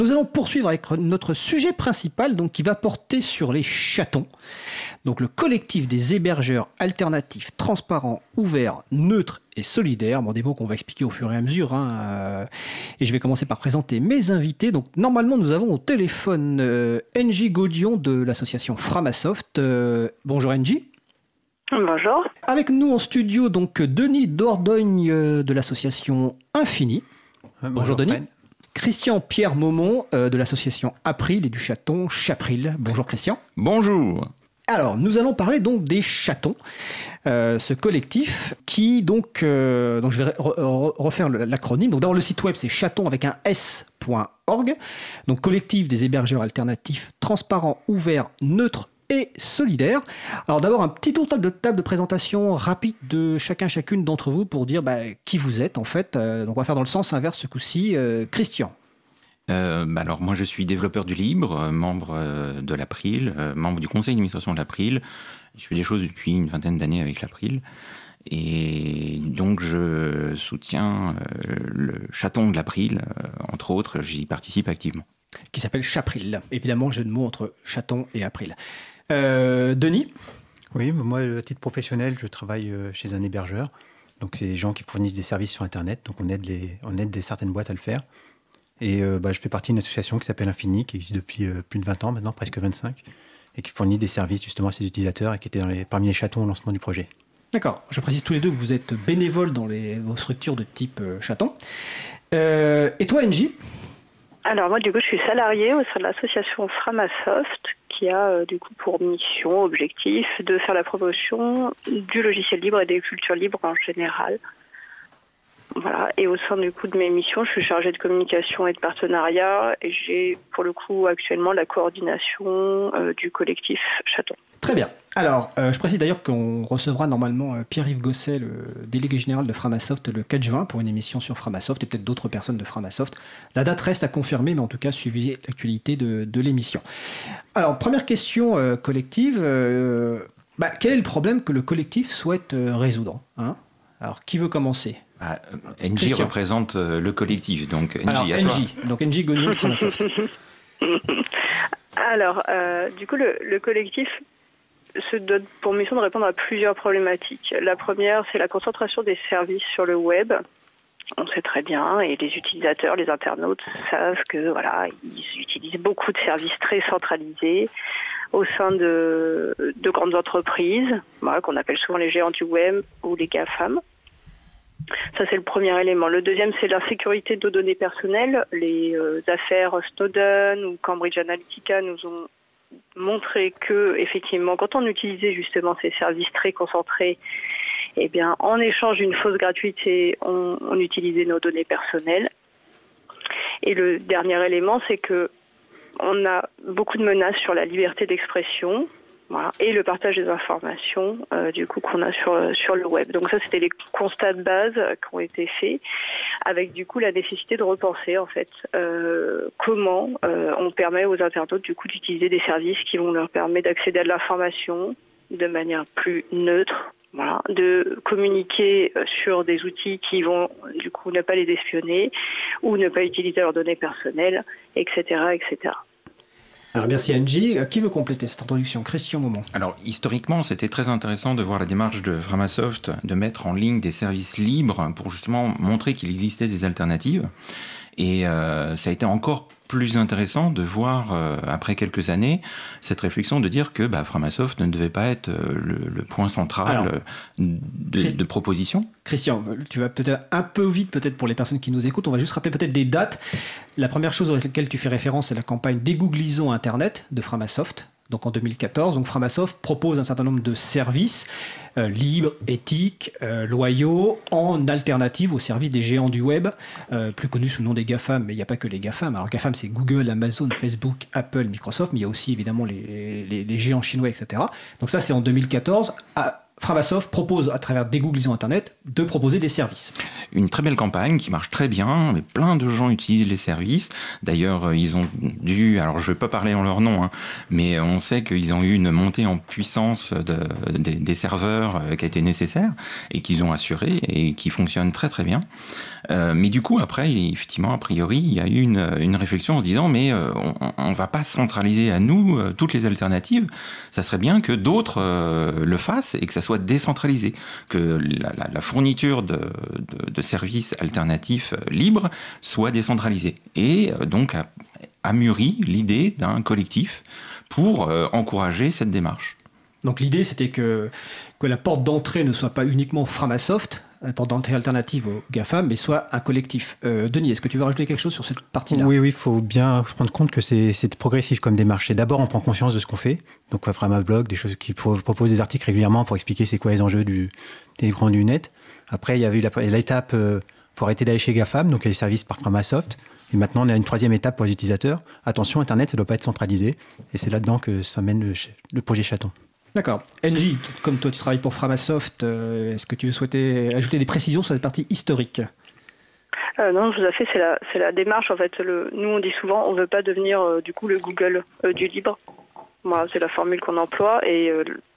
Nous allons poursuivre avec notre sujet principal, donc, qui va porter sur les chatons. Donc, le collectif des hébergeurs alternatifs, transparents, ouverts, neutres et solidaires. Bon, des mots qu'on va expliquer au fur et à mesure. Et je vais commencer par présenter mes invités. Donc, normalement, nous avons au téléphone NJ Gaudion de l'association Framasoft. Bonjour NJ. Bonjour. Avec nous en studio, donc, Denis Dordogne de l'association Infini. Bonjour Denis. Fred. Christian Pierre Maumont de l'association April et du chaton Chapril. Bonjour Christian. Bonjour. Alors, nous allons parler donc des chatons, ce collectif qui donc je vais refaire l'acronyme. Donc d'abord le site web c'est chaton avec un s.org. Donc collectif des hébergeurs alternatifs transparents, ouverts, neutres et solidaires. Alors d'abord un petit tour de table de présentation rapide de chacune d'entre vous pour dire qui vous êtes en fait. Donc on va faire dans le sens inverse ce coup-ci. Christian. Alors moi je suis développeur du libre, membre de l'April, membre du conseil d'administration de l'April. Je fais des choses depuis une vingtaine d'années avec l'April. Et donc je soutiens le chaton de l'April, entre autres, j'y participe activement. Qui s'appelle Chapril. Évidemment, jeu de mots entre chaton et April. Denis ? Oui, moi, à titre professionnel, je travaille chez un hébergeur. Donc, c'est des gens qui fournissent des services sur Internet. Donc, on aide certaines boîtes à le faire. Et je fais partie d'une association qui s'appelle Infini, qui existe depuis plus de 20 ans maintenant, presque 25, et qui fournit des services justement à ses utilisateurs et qui était parmi les chatons au lancement du projet. D'accord. Je précise tous les deux que vous êtes bénévoles dans vos structures de type chaton. Et toi, NJ ? Alors moi, du coup, je suis salariée au sein de l'association Framasoft qui a du coup pour mission, objectif de faire la promotion du logiciel libre et des cultures libres en général. Voilà. Et au sein du coup de mes missions, je suis chargée de communication et de partenariat et j'ai pour le coup actuellement la coordination du collectif Chaton. Très bien. Alors, je précise d'ailleurs qu'on recevra normalement Pierre-Yves Gosset, le délégué général de Framasoft, le 4 juin pour une émission sur Framasoft et peut-être d'autres personnes de Framasoft. La date reste à confirmer, mais en tout cas, suivez l'actualité de l'émission. Alors, première question collective. Quel est le problème que le collectif souhaite résoudre, hein ? Alors, qui veut commencer ? NJ représente le collectif, donc NJ à toi. Donc NJ Gaudion de Framasoft. Alors, du coup, le collectif se donne pour mission de répondre à plusieurs problématiques. La première, c'est la concentration des services sur le web. On sait très bien, et les utilisateurs, les internautes savent que voilà, ils utilisent beaucoup de services très centralisés au sein de grandes entreprises, qu'on appelle souvent les géants du web ou les GAFAM. Ça, c'est le premier élément. Le deuxième, c'est l'insécurité de nos données personnelles. Les affaires Snowden ou Cambridge Analytica nous ont montré que, effectivement, quand on utilisait justement ces services très concentrés, eh bien, en échange d'une fausse gratuité, on utilisait nos données personnelles. Et le dernier élément, c'est que on a beaucoup de menaces sur la liberté d'expression. Voilà, et le partage des informations du coup qu'on a sur le web. Donc ça, c'était les constats de base qui ont été faits, avec du coup la nécessité de repenser en fait comment on permet aux internautes du coup d'utiliser des services qui vont leur permettre d'accéder à de l'information de manière plus neutre. Voilà, de communiquer sur des outils qui vont du coup ne pas les espionner ou ne pas utiliser leurs données personnelles, etc., etc. Alors merci Angie. Qui veut compléter cette introduction ? Christian Maumont. Alors historiquement, c'était très intéressant de voir la démarche de Framasoft de mettre en ligne des services libres pour justement montrer qu'il existait des alternatives. Et ça a été encore plus intéressant de voir, après quelques années, cette réflexion de dire que Framasoft ne devait pas être le point central de proposition. Christian, tu vas peut-être un peu vite peut-être pour les personnes qui nous écoutent. On va juste rappeler peut-être des dates. La première chose à laquelle tu fais référence, c'est la campagne Dégooglisons Internet de Framasoft. Donc en 2014, donc Framasoft propose un certain nombre de services libres, éthiques, loyaux, en alternative aux services des géants du web, plus connus sous le nom des GAFAM, mais il n'y a pas que les GAFAM. Alors GAFAM, c'est Google, Amazon, Facebook, Apple, Microsoft, mais il y a aussi évidemment les géants chinois, etc. Donc ça, c'est en 2014. Framasoft propose, à travers des googlisons Internet, de proposer des services. Une très belle campagne qui marche très bien, mais plein de gens utilisent les services. D'ailleurs, ils ont dû, alors je ne vais pas parler en leur nom, mais on sait qu'ils ont eu une montée en puissance des serveurs qui a été nécessaire et qu'ils ont assuré et qui fonctionne très très bien. Mais du coup, après, effectivement, a priori, il y a eu une réflexion en se disant, mais on ne va pas centraliser à nous toutes les alternatives. Ça serait bien que d'autres le fassent et que ça soit décentralisé, que la fourniture de services alternatifs libres soit décentralisée. Et donc a mûri l'idée d'un collectif pour encourager cette démarche. Donc l'idée, c'était que la porte d'entrée ne soit pas uniquement Framasoft, la porte d'entrée alternative aux GAFAM, mais soit un collectif. Denis, est-ce que tu veux rajouter quelque chose sur cette partie-là ? Oui, il faut bien se rendre compte que c'est progressif comme démarche. Et d'abord, on prend conscience de ce qu'on fait. Donc, Framablog, des choses qui proposent des articles régulièrement pour expliquer c'est quoi les enjeux des grands du net. Après, il y avait eu l'étape pour arrêter d'aller chez GAFAM, donc il y a les services par Framasoft. Et maintenant, on a une troisième étape pour les utilisateurs. Attention, Internet, ça ne doit pas être centralisé. Et c'est là-dedans que ça mène le projet Chaton. D'accord. NJ, comme toi tu travailles pour Framasoft, est-ce que tu souhaitais ajouter des précisions sur cette partie historique ? Non, tout à fait, c'est la démarche. En fait, nous on dit souvent, on ne veut pas devenir du coup le Google du libre. Voilà, c'est la formule qu'on emploie et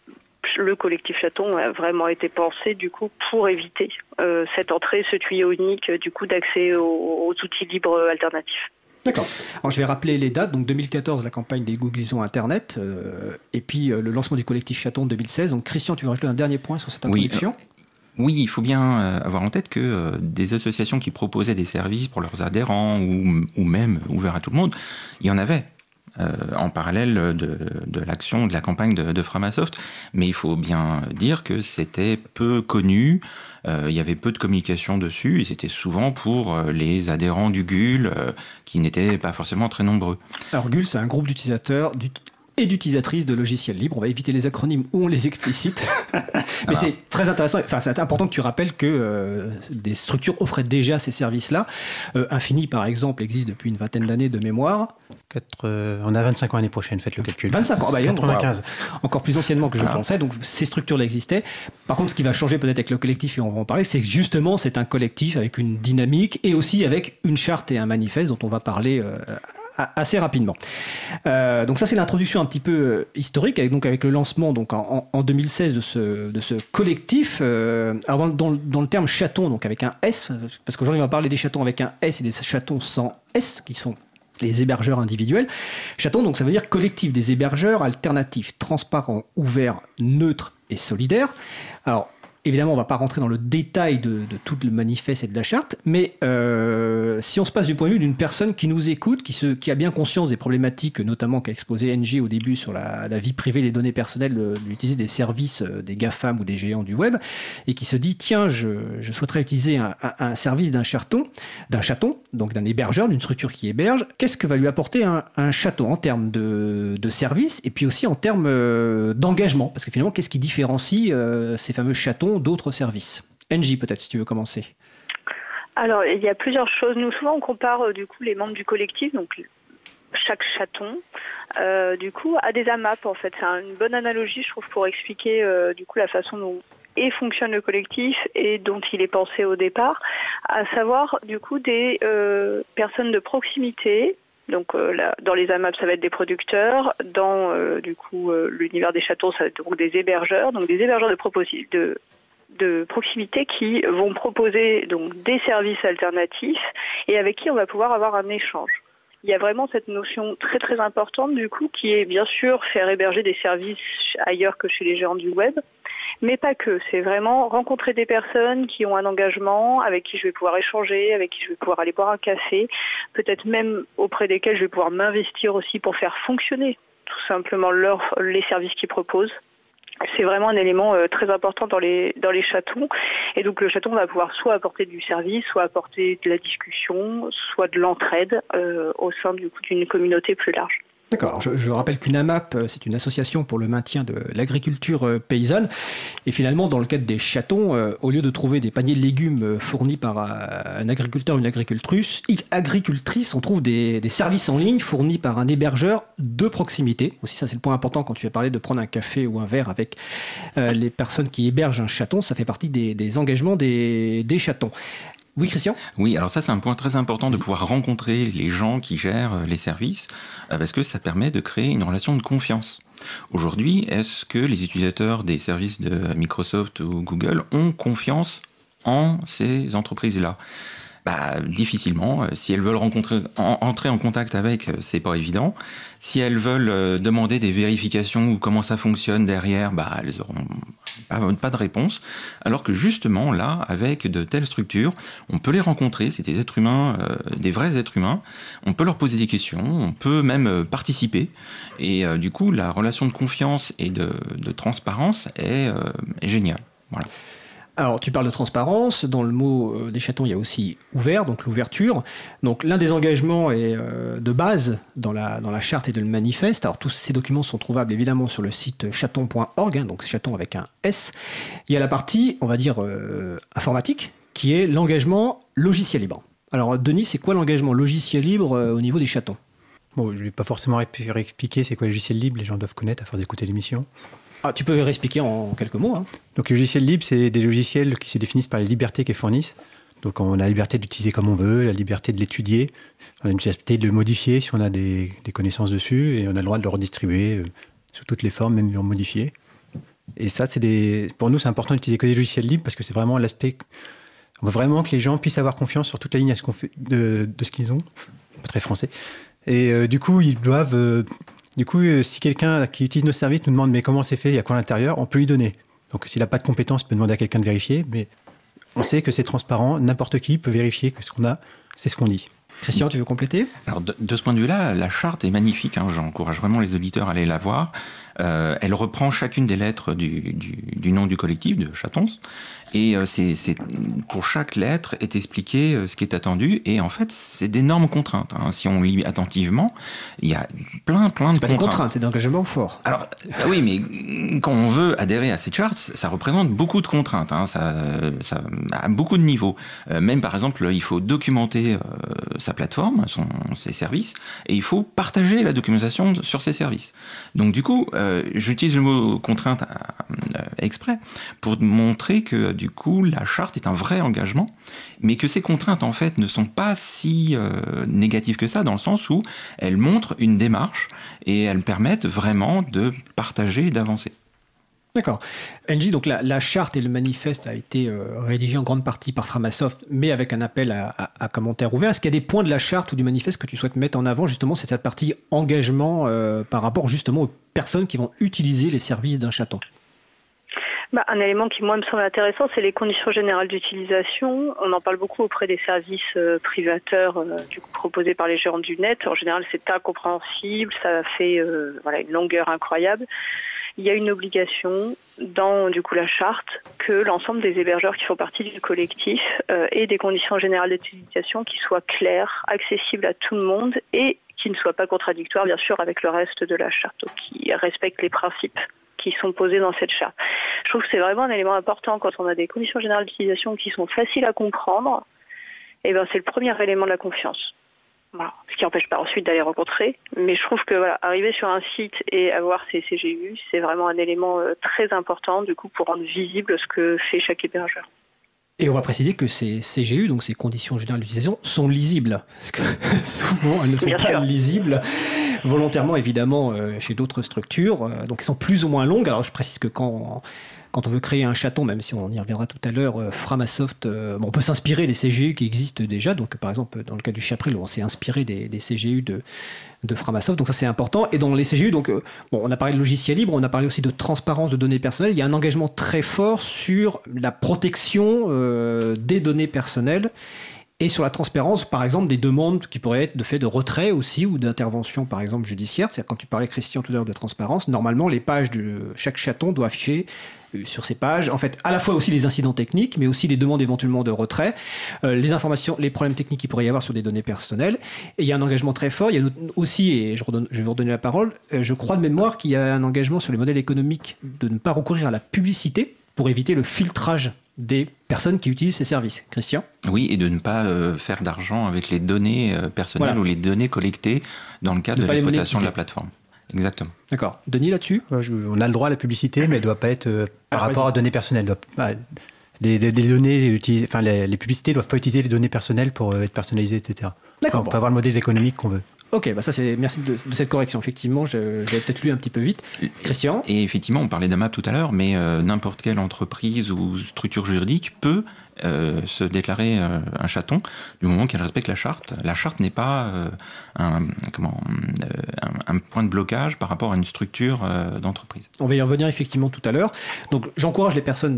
le collectif Chaton a vraiment été pensé du coup pour éviter cette entrée, ce tuyau unique du coup d'accès aux outils libres alternatifs. D'accord. Alors je vais rappeler les dates. Donc 2014, la campagne des googlisons Internet, et puis le lancement du collectif Chaton 2016. Donc Christian, tu veux rajouter un dernier point sur cette introduction ? Oui, il faut bien avoir en tête que des associations qui proposaient des services pour leurs adhérents ou même ouverts à tout le monde, il y en avait. En parallèle de l'action, de la campagne de Framasoft. Mais il faut bien dire que c'était peu connu, il y avait peu de communication dessus, et c'était souvent pour les adhérents du GUL, qui n'étaient pas forcément très nombreux. Alors GUL, c'est un groupe d'utilisateurs et d'utilisatrices de logiciels libres. On va éviter les acronymes où on les explicite. Mais c'est très intéressant. Enfin, c'est important que tu rappelles que des structures offraient déjà ces services-là. Infini, par exemple, existe depuis une vingtaine d'années de mémoire. On a 25 ans l'année prochaine, faites le calcul. 25 ans, 95. Encore plus anciennement que je Voilà. pensais. Donc ces structures-là existaient. Par contre, ce qui va changer peut-être avec le collectif, et on va en parler, c'est que justement, c'est un collectif avec une dynamique et aussi avec une charte et un manifeste dont on va parler assez rapidement. Donc ça, c'est l'introduction un petit peu historique, avec le lancement donc en 2016 de ce collectif. Alors dans le terme chaton, donc avec un S, parce qu'aujourd'hui on va parler des chatons avec un S et des chatons sans S, qui sont les hébergeurs individuels. Chaton, donc ça veut dire collectif des hébergeurs alternatifs, transparents, ouverts, neutres et solidaires. Alors évidemment, on ne va pas rentrer dans le détail de tout le manifeste et de la charte, mais si on se passe du point de vue d'une personne qui nous écoute, qui a bien conscience des problématiques, notamment qu'a exposé NG au début sur la vie privée, les données personnelles, d'utiliser des services des GAFAM ou des géants du web, et qui se dit, tiens, je souhaiterais utiliser un service d'un chaton, donc d'un hébergeur, d'une structure qui héberge, qu'est-ce que va lui apporter un chaton en termes de service, et puis aussi en termes d'engagement, parce que finalement, qu'est-ce qui différencie ces fameux chatons d'autres services. NJ, peut-être, si tu veux commencer. Alors, il y a plusieurs choses. Nous, souvent, on compare du coup les membres du collectif, donc chaque chaton, du coup, à des AMAP, en fait. C'est une bonne analogie, je trouve, pour expliquer du coup la façon dont fonctionne le collectif et dont il est pensé au départ, à savoir, du coup, des personnes de proximité. Donc dans les AMAP, ça va être des producteurs. Dans l'univers des chatons, ça va être donc des hébergeurs. Donc des hébergeurs de proximité qui vont proposer donc des services alternatifs et avec qui on va pouvoir avoir un échange. Il y a vraiment cette notion très très importante du coup qui est bien sûr faire héberger des services ailleurs que chez les géants du web, mais pas que. C'est vraiment rencontrer des personnes qui ont un engagement, avec qui je vais pouvoir échanger, avec qui je vais pouvoir aller boire un café, peut-être même auprès desquels je vais pouvoir m'investir aussi pour faire fonctionner tout simplement les services qu'ils proposent. C'est vraiment un élément très important dans les chatons. Et donc le chaton va pouvoir soit apporter du service, soit apporter de la discussion, soit de l'entraide au sein d'une communauté plus large. D'accord. Alors, je rappelle qu'une AMAP, c'est une association pour le maintien de l'agriculture paysanne. Et finalement, dans le cadre des chatons, au lieu de trouver des paniers de légumes fournis par un agriculteur ou une agricultrice, on trouve des services en ligne fournis par un hébergeur de proximité. Aussi, ça, c'est le point important quand tu as parlé de prendre un café ou un verre avec les personnes qui hébergent un chaton. Ça fait partie des engagements des chatons. Oui, Christian ? Oui, alors ça c'est un point très important de pouvoir rencontrer les gens qui gèrent les services parce que ça permet de créer une relation de confiance. Aujourd'hui, est-ce que les utilisateurs des services de Microsoft ou Google ont confiance en ces entreprises-là ? Difficilement. Si elles veulent entrer en contact avec, c'est pas évident. Si elles veulent demander des vérifications ou comment ça fonctionne derrière, elles auront pas de réponse. Alors que justement, là, avec de telles structures, on peut les rencontrer, c'est des êtres humains, des vrais êtres humains. On peut leur poser des questions, on peut même participer. Et du coup, la relation de confiance et de transparence est géniale. Voilà. Alors, tu parles de transparence. Dans le mot des chatons, il y a aussi ouvert, donc l'ouverture. Donc, l'un des engagements est de base dans la charte et de le manifeste. Alors, tous ces documents sont trouvables évidemment sur le site chaton.org, donc chaton avec un S. Il y a la partie, on va dire, informatique, qui est l'engagement logiciel libre. Alors, Denis, c'est quoi l'engagement logiciel libre au niveau des chatons ? Bon, je ne vais pas forcément réexpliquer c'est quoi le logiciel libre, les gens doivent connaître à force d'écouter l'émission. Ah, tu peux réexpliquer en quelques mots. Donc les logiciels libres, c'est des logiciels qui se définissent par les libertés qu'ils fournissent. Donc on a la liberté d'utiliser comme on veut, la liberté de l'étudier, on a la liberté de le modifier si on a des connaissances dessus, et on a le droit de le redistribuer sous toutes les formes, même modifiées. Et ça, pour nous, c'est important d'utiliser que des logiciels libres parce que c'est vraiment l'aspect... On veut vraiment que les gens puissent avoir confiance sur toute la ligne à ce qu'on fait, de ce qu'ils ont. Pas très français. Et du coup, ils doivent... si quelqu'un qui utilise nos services nous demande mais comment c'est fait, il y a quoi à l'intérieur, on peut lui donner. Donc s'il n'a pas de compétences, il peut demander à quelqu'un de vérifier, mais on sait que c'est transparent, n'importe qui peut vérifier que ce qu'on a, c'est ce qu'on dit. Christian, tu veux compléter ? Alors de ce point de vue-là, la charte est magnifique, j'encourage vraiment les auditeurs à aller la voir. Elle reprend chacune des lettres du nom du collectif, de Chatons, et pour chaque lettre est expliqué ce qui est attendu, et en fait c'est d'énormes contraintes. Si on lit attentivement, il y a plein de contraintes. C'est pas des contraintes, c'est d'engagement fort. Alors oui, mais quand on veut adhérer à cette charte, ça représente beaucoup de contraintes, ça a beaucoup de niveaux. Même par exemple, il faut documenter sa plateforme, ses services, et il faut partager la documentation sur ces services. Donc du coup, j'utilise le mot contrainte exprès pour montrer que du coup la charte est un vrai engagement, mais que ces contraintes en fait ne sont pas si négatives que ça, dans le sens où elles montrent une démarche et elles permettent vraiment de partager et d'avancer. D'accord. Angie, donc la charte et le manifeste a été rédigé en grande partie par Framasoft, mais avec un appel à commentaires ouverts. Est-ce qu'il y a des points de la charte ou du manifeste que tu souhaites mettre en avant, justement, c'est cette partie engagement par rapport justement aux personnes qui vont utiliser les services d'un chaton ? Un élément qui, moi, me semble intéressant, c'est les conditions générales d'utilisation. On en parle beaucoup auprès des services privateurs proposés par les géants du net. En général, c'est incompréhensible, ça fait une longueur incroyable. Il y a une obligation dans la charte que l'ensemble des hébergeurs qui font partie du collectif aient des conditions générales d'utilisation qui soient claires, accessibles à tout le monde et qui ne soient pas contradictoires, bien sûr, avec le reste de la charte, donc qui respectent les principes qui sont posés dans cette charte. Je trouve que c'est vraiment un élément important quand on a des conditions générales d'utilisation qui sont faciles à comprendre. C'est le premier élément de la confiance. Voilà. Ce qui n'empêche pas ensuite d'aller rencontrer. Mais je trouve que arriver sur un site et avoir ces CGU, c'est vraiment un élément très important pour rendre visible ce que fait chaque hébergeur. Et on va préciser que ces CGU, donc ces conditions générales d'utilisation, sont lisibles. Parce que souvent, elles ne sont pas lisibles. Volontairement, évidemment, chez d'autres structures. Donc, elles sont plus ou moins longues. Alors, je précise que quand on veut créer un chaton, même si on y reviendra tout à l'heure, Framasoft, on peut s'inspirer des CGU qui existent déjà. Donc, par exemple, dans le cas du Chapril, on s'est inspiré des CGU de Framasoft. Donc, ça, c'est important. Et dans les CGU, on a parlé de logiciel libre, on a parlé aussi de transparence de données personnelles. Il y a un engagement très fort sur la protection des données personnelles et sur la transparence, par exemple, des demandes qui pourraient être de fait de retrait aussi ou d'intervention, par exemple, judiciaire. C'est-à-dire, quand tu parlais, Christian, tout à l'heure de transparence, normalement, les pages de chaque chaton doivent afficher sur ces pages. En fait, à la fois aussi les incidents techniques, mais aussi les demandes éventuellement de retrait, les informations, les problèmes techniques qu'il pourrait y avoir sur des données personnelles. Et il y a un engagement très fort. Il y a aussi, et je vais vous redonner la parole, je crois de mémoire qu'il y a un engagement sur les modèles économiques de ne pas recourir à la publicité pour éviter le filtrage des personnes qui utilisent ces services. Christian ? Oui, et de ne pas faire d'argent avec les données personnelles ou les données collectées dans le cadre de l'exploitation de la plateforme. Exactement. D'accord. Denis, là-dessus ? On a le droit à la publicité, mais elle ne doit pas être par rapport à données personnelles. Les données les publicités ne doivent pas utiliser les données personnelles pour être personnalisées, etc. D'accord. On peut avoir le modèle économique qu'on veut. Ok, ça merci de cette correction. Effectivement, j'avais peut-être lu un petit peu vite. Christian ? Et effectivement, on parlait d'AMAP tout à l'heure, mais n'importe quelle entreprise ou structure juridique peut se déclarer un chaton du moment qu'elle respecte la charte. La charte n'est pas un point de blocage par rapport à une structure d'entreprise. On va y revenir effectivement tout à l'heure. Donc, j'encourage les personnes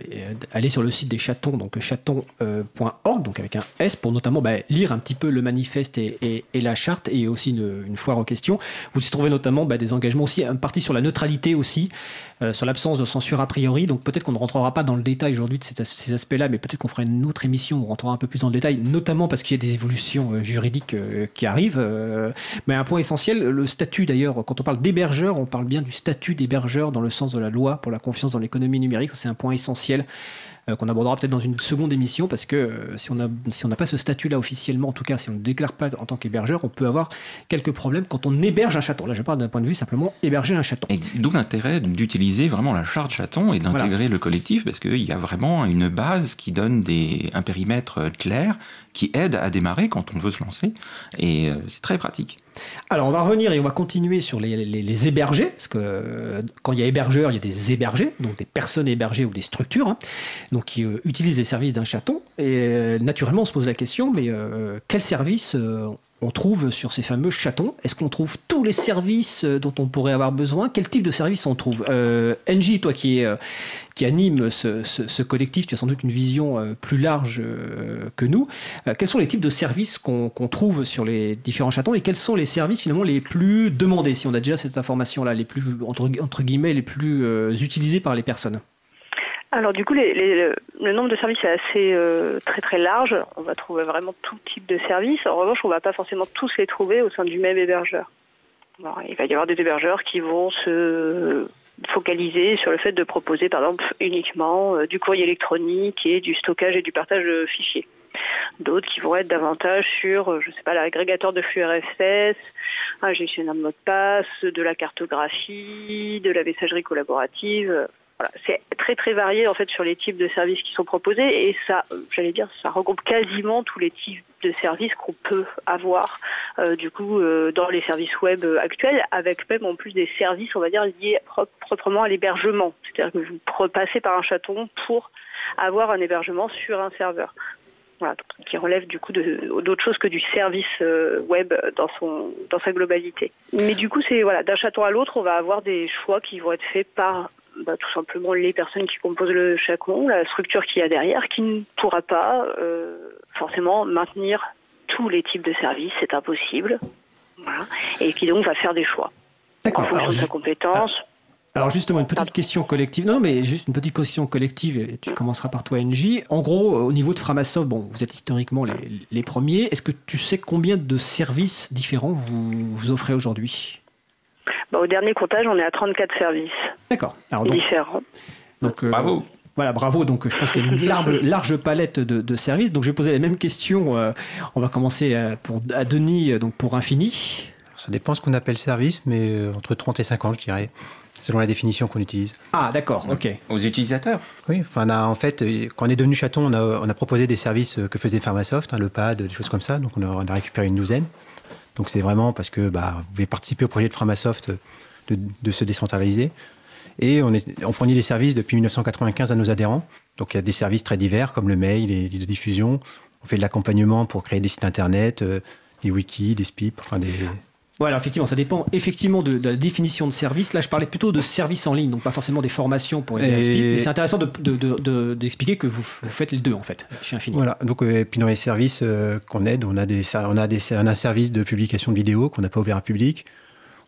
à aller sur le site des chatons, donc chaton.org, donc avec un S, pour notamment lire un petit peu le manifeste et la charte, et aussi une foire aux questions. Vous y trouvez notamment des engagements aussi, une partie sur la neutralité aussi, sur l'absence de censure a priori. Donc peut-être qu'on ne rentrera pas dans le détail aujourd'hui de ces aspects-là, mais peut-être qu'on fera une autre émission où on rentrera un peu plus dans le détail, notamment parce qu'il y a des évolutions juridiques qui arrivent. Mais un point essentiel, le statut d'ailleurs, quand on parle d'hébergeur, on parle bien du statut d'hébergeur dans le sens de la loi pour la confiance dans l'économie numérique. C'est un point essentiel qu'on abordera peut-être dans une seconde émission, parce que si on n'a pas ce statut-là officiellement, en tout cas si on ne déclare pas en tant qu'hébergeur, on peut avoir quelques problèmes quand on héberge un chaton. Là je parle d'un point de vue simplement héberger un chaton. Et d'où l'intérêt d'utiliser vraiment la charte chaton et d'intégrer le collectif, parce qu'il y a vraiment une base qui donne un périmètre clair, qui aide à démarrer quand on veut se lancer, et c'est très pratique. Alors on va revenir et on va continuer sur les hébergés, parce que quand il y a hébergeur, il y a des hébergés, donc des personnes hébergées ou des structures, donc qui utilisent les services d'un chaton. Et naturellement on se pose la question, mais quels services on trouve sur ces fameux chatons? Est-ce qu'on trouve tous les services dont on pourrait avoir besoin? Quel type de services on trouve? NJ, toi qui anime ce collectif, tu as sans doute une vision plus large que nous. Quels sont les types de services qu'on trouve sur les différents chatons, et quels sont les services finalement les plus demandés, si on a déjà cette information-là, les plus, entre guillemets, les plus utilisés par les personnes? Alors du coup, le nombre de services est assez très très large. On va trouver vraiment tout type de services. En revanche, on ne va pas forcément tous les trouver au sein du même hébergeur. Alors, il va y avoir des hébergeurs qui vont se focaliser sur le fait de proposer par exemple uniquement du courrier électronique et du stockage et du partage de fichiers. D'autres qui vont être davantage sur, l'agrégateur de flux RSS, un gestionnaire de mots de passe, de la cartographie, de la messagerie collaborative. Voilà, c'est très très varié en fait sur les types de services qui sont proposés, et ça regroupe quasiment tous les types de services qu'on peut avoir dans les services web actuels, avec même en plus des services, on va dire, liés proprement à l'hébergement. C'est-à-dire que vous passez par un chaton pour avoir un hébergement sur un serveur. Voilà, qui relève du coup d'autres choses que du service web dans sa globalité. Mais du coup, d'un chaton à l'autre, on va avoir des choix qui vont être faits par tout simplement les personnes qui composent le chaton, la structure qu'il y a derrière, qui ne pourra pas forcément maintenir tous les types de services, c'est impossible. Voilà. Et qui donc va faire des choix. D'accord. En fonction de sa compétence. Alors justement, une petite question collective. Non, mais juste une petite question collective, et tu commenceras par toi, NJ. En gros, au niveau de Framasoft, vous êtes historiquement les premiers. Est-ce que tu sais combien de services différents vous offrez aujourd'hui ? Au dernier comptage, on est à 34 services. D'accord. Alors, différents. Donc, bravo. Voilà, bravo. Donc, je pense qu'il y a une large palette de services. Donc, je vais poser la même question. On va commencer à Denis, donc pour Infini. Ça dépend ce qu'on appelle service, mais entre 30 et 50, je dirais, selon la définition qu'on utilise. Ah, d'accord, ok. Aux utilisateurs? Oui, quand on est devenu chaton, on a proposé des services que faisait Framasoft, le pad, des choses comme ça. Donc, on a récupéré une douzaine. Donc c'est vraiment parce que vous pouvez participer au projet de Framasoft de se décentraliser. Et on fournit des services depuis 1995 à nos adhérents. Donc il y a des services très divers comme le mail, les listes de diffusion. On fait de l'accompagnement pour créer des sites internet, des wikis, des SPIP, Voilà, effectivement, ça dépend effectivement de la définition de service. Là, je parlais plutôt de services en ligne, donc pas forcément des formations pour aider à SPIP. Mais c'est intéressant d'expliquer que vous faites les deux, en fait, chez Infini. Voilà, donc, et puis dans les services qu'on aide, on a un service de publication de vidéos qu'on n'a pas ouvert à public.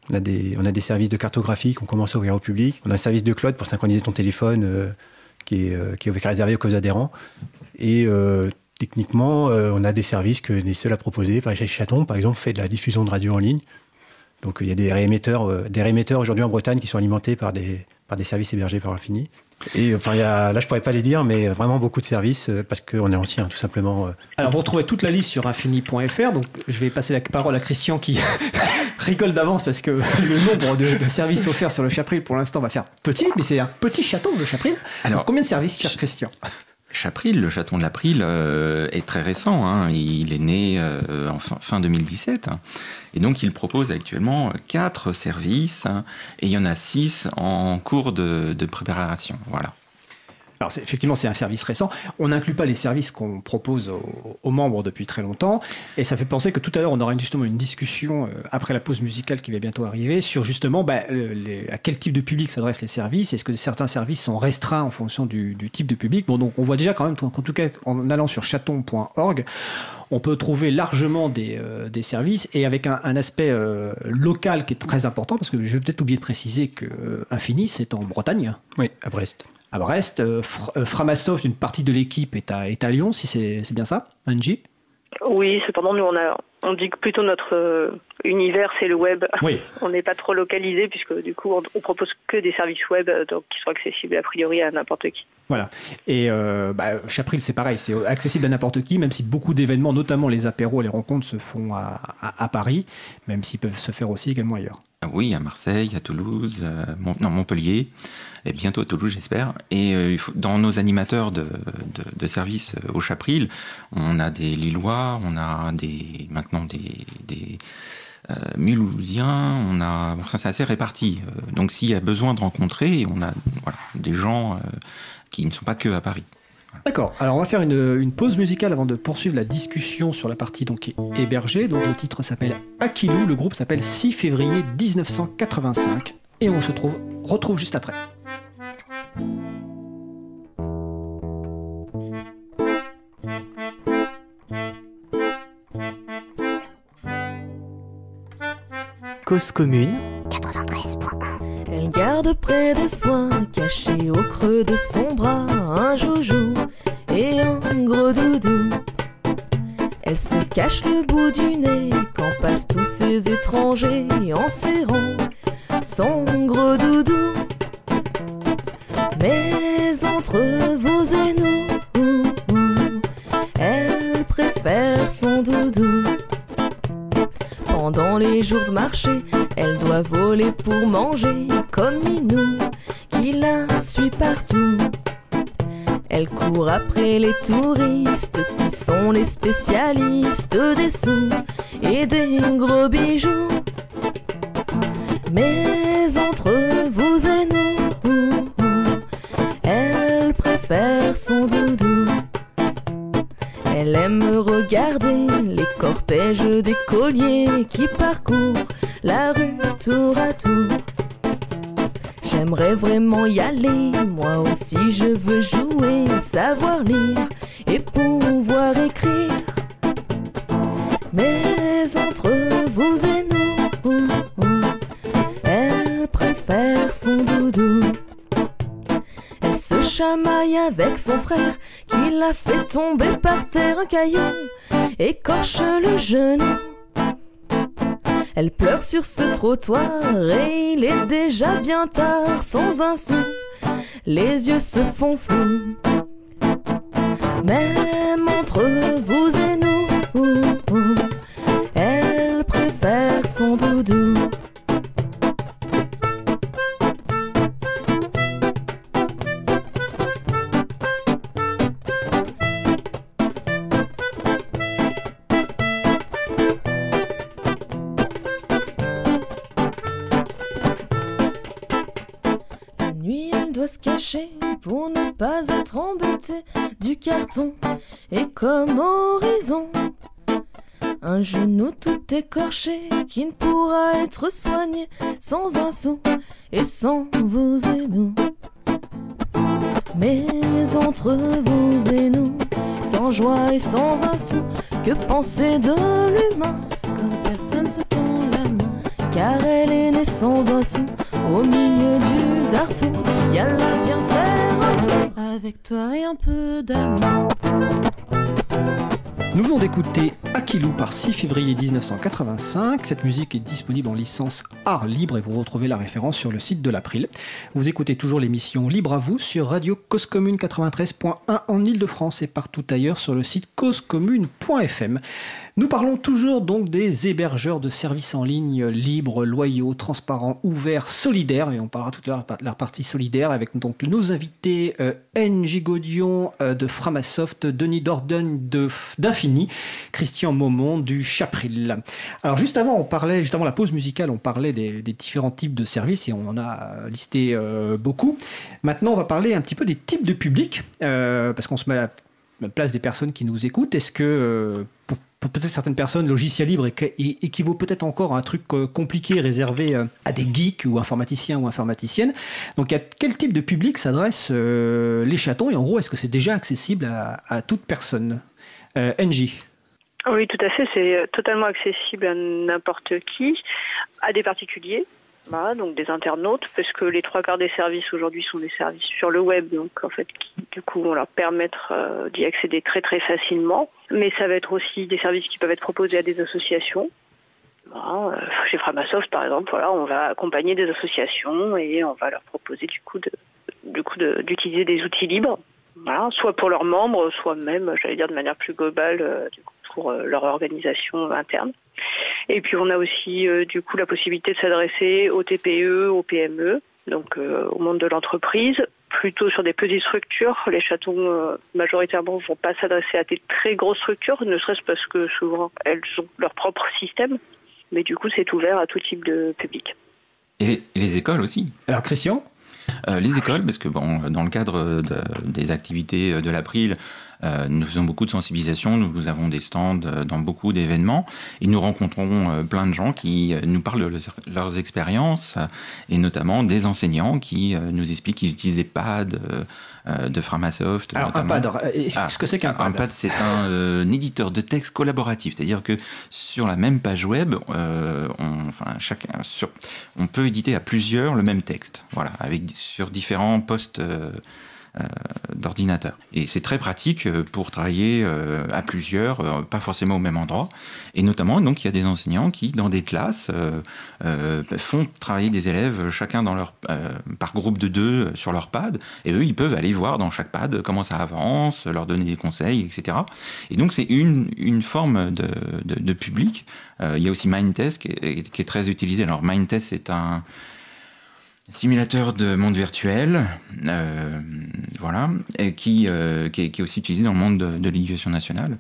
On a des services de cartographie qu'on commence à ouvrir au public. On a un service de cloud pour synchroniser ton téléphone qui est réservé aux adhérents. Et techniquement, on a des services que les seuls à proposer. Chaton, par exemple, fait de la diffusion de radio en ligne. Donc il y a des réémetteurs aujourd'hui en Bretagne qui sont alimentés par des services hébergés par Infini. Et là je pourrais pas les dire, mais vraiment beaucoup de services parce qu'on est ancien, tout simplement. Alors vous retrouvez toute la liste sur infini.fr. Donc je vais passer la parole à Christian qui rigole d'avance parce que le nombre de services offerts sur le Chapril pour l'instant va faire petit, mais c'est un petit chaton le Chapril. Alors combien de services, cher Christian? Chapril, le chaton de l'April, est très récent. Hein. Il est né en fin 2017. Et donc, il propose actuellement 4 services. Et il y en a 6 en cours de préparation. Voilà. Alors, effectivement, c'est un service récent. On n'inclut pas les services qu'on propose aux membres depuis très longtemps. Et ça fait penser que tout à l'heure, on aura justement une discussion après la pause musicale qui va bientôt arriver sur justement à quel type de public s'adressent les services. Est-ce que certains services sont restreints en fonction du type de public? Bon, donc on voit déjà quand même, en tout cas, en allant sur chaton.org, on peut trouver largement des services et avec un aspect local qui est très important parce que je vais peut-être oublier de préciser que Infini, c'est en Bretagne. Oui, à Brest. À Brest, Framasoft, une partie de l'équipe est à Lyon, si c'est bien ça, Angie? Oui, cependant, nous, on dit que plutôt notre univers, c'est le web. Oui. On n'est pas trop localisé, puisque du coup, on propose que des services web donc, qui sont accessibles a priori à n'importe qui. Voilà. Et Chapril, c'est pareil, c'est accessible à n'importe qui, même si beaucoup d'événements, notamment les apéros et les rencontres, se font à Paris, même s'ils peuvent se faire aussi également ailleurs. Oui, à Marseille, à Toulouse, Montpellier, et bientôt à Toulouse, j'espère. Et dans nos animateurs de services au Chapril, on a des Lillois, on a maintenant des Mulhousiens, c'est assez réparti. Donc s'il y a besoin de rencontrer, on a des gens qui ne sont pas que à Paris. D'accord, alors on va faire une pause musicale avant de poursuivre la discussion sur la partie donc hébergée. Donc le titre s'appelle Aquilou, le groupe s'appelle 6 février 1985 et on se retrouve juste après. Cause commune 93.1. Elle garde près de soi, caché au creux de son bras, un joujou et un gros doudou. Elle se cache le bout du nez quand passent tous ces étrangers en serrant son gros doudou. Mais entre vous et nous, elle préfère son doudou. Pendant les jours de marché, elle doit voler pour manger, comme Minou, qui la suit partout. Elle court après les touristes, qui sont les spécialistes des sous et des gros bijoux. Mais entre vous et nous, elle préfère son doudou. Elle aime regarder les cortèges d'écoliers qui parcourent la rue tour à tour. J'aimerais vraiment y aller, moi aussi je veux jouer, savoir lire et pouvoir écrire. Mais entre vous et nous, elle préfère son doudou. Elle se chamaille avec son frère qui l'a fait tomber par terre un caillou, écorche le genou. Elle pleure sur ce trottoir et il est déjà bien tard, sans un sou, les yeux se font flous. Même entre vous et nous, elle préfère son doudou. Se cacher pour ne pas être embêté du carton et comme horizon un genou tout écorché qui ne pourra être soigné sans un sou et sans vous et nous. Mais entre vous et nous, sans joie et sans un sou, que penser de l'humain Quand personne se tend la main, car elle est née mais sans un sou. Au milieu du Darfour, yalla viens faire un tour. Avec toi et un peu d'amour. Nous venons d'écouter Akilou par 6 février 1985. Cette musique est disponible en licence art libre et vous retrouvez la référence sur le site de l'April. Vous écoutez toujours l'émission Libre à vous sur Radio Cause Commune 93.1 en Ile-de-France et partout ailleurs sur le site causecommune.fm. Nous parlons toujours donc des hébergeurs de services en ligne libres, loyaux, transparents, ouverts, solidaires. Et on parlera tout à l'heure de la partie solidaire avec donc nos invités NJ Gaudion de Framasoft, Denis Dorden d'Infini, Christian Maumont du Chapril. Alors juste avant la pause musicale, on parlait des différents types de services et on en a listé beaucoup. Maintenant, on va parler un petit peu des types de publics parce qu'on se met à la place des personnes qui nous écoutent. Est-ce que pour peut-être certaines personnes, logiciel libre équivaut peut-être encore à un truc compliqué réservé à des geeks ou informaticiens ou informaticiennes. Donc à quel type de public s'adressent les chatons et en gros, est-ce que c'est déjà accessible à toute personne NJ? Oui, tout à fait, c'est totalement accessible à n'importe qui, à des particuliers. Voilà, donc des internautes, parce que les 3/4 des services aujourd'hui sont des services sur le web, donc en fait qui du coup vont leur permettre d'y accéder très très facilement. Mais ça va être aussi des services qui peuvent être proposés à des associations. Voilà, chez Framasoft par exemple, voilà, on va accompagner des associations et on va leur proposer d'utiliser des outils libres. Voilà, soit pour leurs membres, soit même, j'allais dire de manière plus globale, pour leur organisation interne. Et puis on a aussi la possibilité de s'adresser aux TPE, aux PME, donc au monde de l'entreprise, plutôt sur des petites structures. Les chatons majoritairement ne vont pas s'adresser à des très grosses structures, ne serait-ce parce que souvent elles ont leur propre système, mais du coup c'est ouvert à tout type de public. Et les écoles aussi. Alors Christian ? Les écoles, parce que dans le cadre des activités de l'April, nous faisons beaucoup de sensibilisation, nous avons des stands dans beaucoup d'événements et nous rencontrons plein de gens qui nous parlent de leurs expériences et notamment des enseignants qui nous expliquent qu'ils utilisent des pads de Framasoft. Alors notamment. un pad, explique ce que c'est qu'un pad. Un pad, c'est un éditeur de texte collaboratif, c'est-à-dire que sur la même page web, on peut éditer à plusieurs le même texte, voilà, sur différents postes d'ordinateur. Et c'est très pratique pour travailler à plusieurs, pas forcément au même endroit. Et notamment, donc, il y a des enseignants qui, dans des classes, font travailler des élèves chacun par groupe de 2 sur leur pad. Et eux, ils peuvent aller voir dans chaque pad comment ça avance, leur donner des conseils, etc. Et donc, c'est une forme de public. Il y a aussi Mindtest qui est très utilisé. Alors, Mindtest, c'est un simulateur de monde virtuel, voilà, et qui est aussi utilisé dans le monde de l'éducation nationale,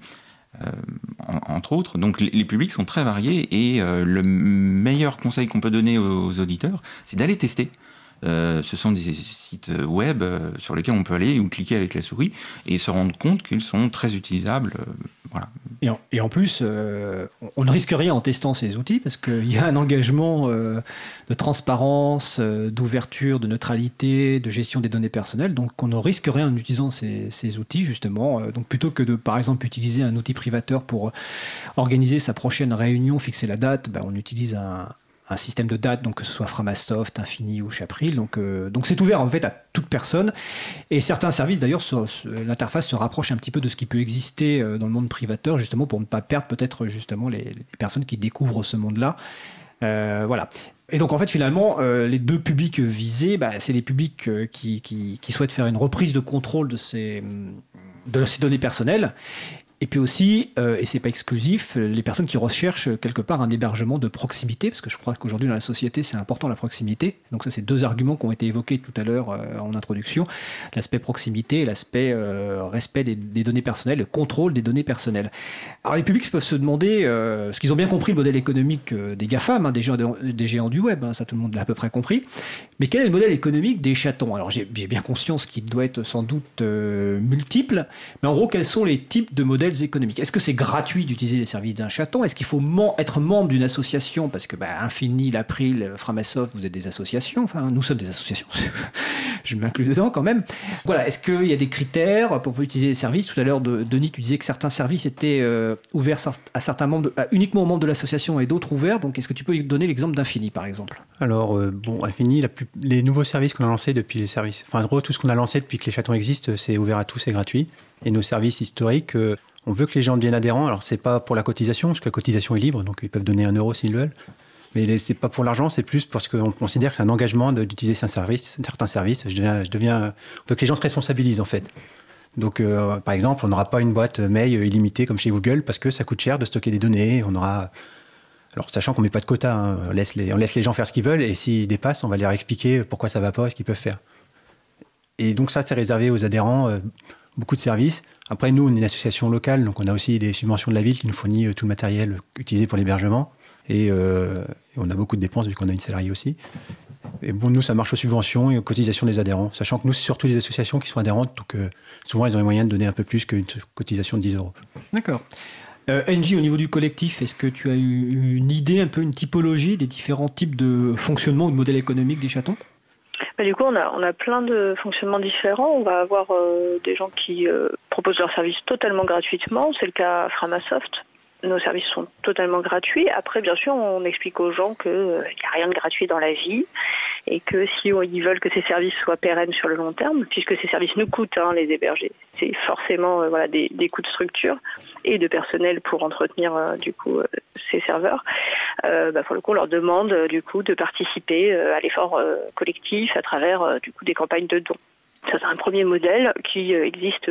entre autres. Donc les publics sont très variés et le meilleur conseil qu'on peut donner aux auditeurs, c'est d'aller tester. Ce sont des sites web sur lesquels on peut aller ou cliquer avec la souris et se rendre compte qu'ils sont très utilisables. Voilà. Et en plus, on ne risque rien en testant ces outils parce qu'il y a un engagement de transparence, d'ouverture, de neutralité, de gestion des données personnelles. Donc on ne risque rien en utilisant ces outils justement. Donc plutôt que de par exemple utiliser un outil privateur pour organiser sa prochaine réunion, fixer la date, on utilise un système de date, donc que ce soit Framasoft, Infini ou Chapril. Donc c'est ouvert en fait à toute personne. Et certains services d'ailleurs, l'interface se rapproche un petit peu de ce qui peut exister dans le monde privateur, justement pour ne pas perdre peut-être justement les personnes qui découvrent ce monde-là. Voilà. Et donc en fait finalement, les deux publics visés, c'est les publics qui souhaitent faire une reprise de contrôle de ces données personnelles. Et puis aussi, et c'est pas exclusif, les personnes qui recherchent quelque part un hébergement de proximité, parce que je crois qu'aujourd'hui dans la société c'est important la proximité. Donc ça c'est 2 arguments qui ont été évoqués tout à l'heure en introduction, l'aspect proximité et l'aspect respect des données personnelles, le contrôle des données personnelles. Alors les publics peuvent se demander, parce qu'ils ont bien compris le modèle économique des GAFAM, des géants du web, ça tout le monde l'a à peu près compris, mais quel est le modèle économique des chatons? Alors j'ai bien conscience qu'il doit être sans doute multiple, mais en gros quels sont les types de modèles économiques? Est-ce que c'est gratuit d'utiliser les services d'un chaton? Est-ce qu'il faut être membre d'une association? Parce que Infini, l'April, Framasoft, vous êtes des associations. Enfin, nous sommes des associations. je m'inclus dedans quand même. Voilà, est-ce qu'il y a des critères pour utiliser les services? Tout à l'heure, Denis, tu disais que certains services étaient ouverts à certains membres, uniquement aux membres de l'association et d'autres ouverts. Donc, est-ce que tu peux donner l'exemple d'Infini, par exemple? Alors, Infini, les nouveaux services qu'on a lancés depuis les services... Enfin, en gros, tout ce qu'on a lancé depuis que les chatons existent, c'est ouvert à tous, c'est gratuit. Et nos services historiques, on veut que les gens deviennent adhérents. Alors, c'est pas pour la cotisation, parce que la cotisation est libre, donc ils peuvent donner 1 € s'ils veulent. Mais c'est pas pour l'argent, c'est plus parce qu'on considère que c'est un engagement d'utiliser certains services. On veut que les gens se responsabilisent, en fait. Donc, par exemple, on n'aura pas une boîte mail illimitée comme chez Google parce que ça coûte cher de stocker des données. Alors, sachant qu'on ne met pas de quota, hein, on laisse les gens faire ce qu'ils veulent et s'ils dépassent, on va leur expliquer pourquoi ça ne va pas et ce qu'ils peuvent faire. Et donc ça, c'est réservé aux adhérents, beaucoup de services. Après, nous, on est une association locale, donc on a aussi des subventions de la ville qui nous fournit tout le matériel utilisé pour l'hébergement. Et on a beaucoup de dépenses vu qu'on a une salariée aussi. Et bon, nous, ça marche aux subventions et aux cotisations des adhérents. Sachant que nous, c'est surtout les associations qui sont adhérentes, donc souvent, elles ont les moyens de donner un peu plus qu'une cotisation de 10 €. D'accord. NJ, au niveau du collectif, est-ce que tu as eu une idée, un peu une typologie des différents types de fonctionnement ou de modèles économiques des chatons? Du coup, on a plein de fonctionnements différents. On va avoir des gens qui proposent leurs services totalement gratuitement. C'est le cas à Framasoft. Nos services sont totalement gratuits. Après, bien sûr, on explique aux gens qu'il n'y a rien de gratuit dans la vie et que si ils veulent que ces services soient pérennes sur le long terme, puisque ces services nous coûtent, les héberger, c'est forcément des coûts de structure et de personnel pour entretenir ces serveurs. Pour le coup, on leur demande de participer à l'effort collectif à travers des campagnes de dons. Ça, c'est un premier modèle qui existe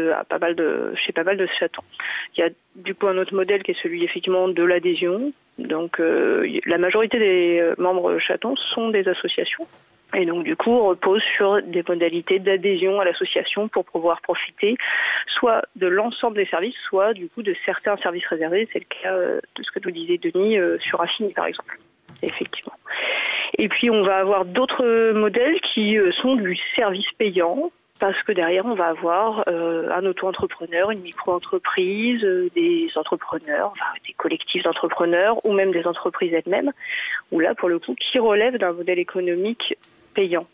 chez pas mal de chatons. Il y a du coup un autre modèle qui est celui effectivement de l'adhésion. Donc la majorité des membres chatons sont des associations. Et donc du coup on repose sur des modalités d'adhésion à l'association pour pouvoir profiter soit de l'ensemble des services, soit du coup de certains services réservés. C'est le cas de ce que nous disait Denis sur Infini par exemple. Effectivement. Et puis on va avoir d'autres modèles qui sont du service payant. Parce que derrière, on va avoir un auto-entrepreneur, une micro-entreprise, des entrepreneurs, des collectifs d'entrepreneurs ou même des entreprises elles-mêmes, où là, pour le coup, qui relèvent d'un modèle économique payant,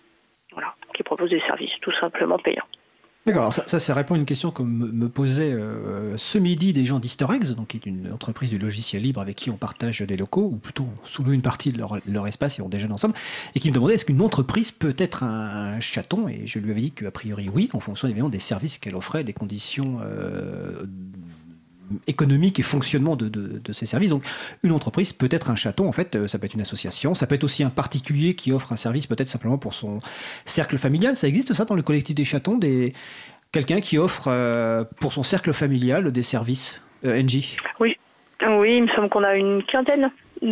qui propose des services tout simplement payants. D'accord, alors ça répond à une question que me posaient ce midi des gens d'Easter Eggs, donc qui est une entreprise du logiciel libre avec qui on partage des locaux, ou plutôt sous une partie de leur espace et on déjeune ensemble, et qui me demandait est-ce qu'une entreprise peut être un chaton, et je lui avais dit qu'a priori oui, en fonction évidemment des services qu'elle offrait, des conditions économique et fonctionnement de ces services. Donc, une entreprise peut être un chaton, en fait, ça peut être une association, ça peut être aussi un particulier qui offre un service peut-être simplement pour son cercle familial. Ça existe ça dans le collectif des chatons, quelqu'un qui offre pour son cercle familial des services, NJ? Oui, il me semble qu'on a une quinzaine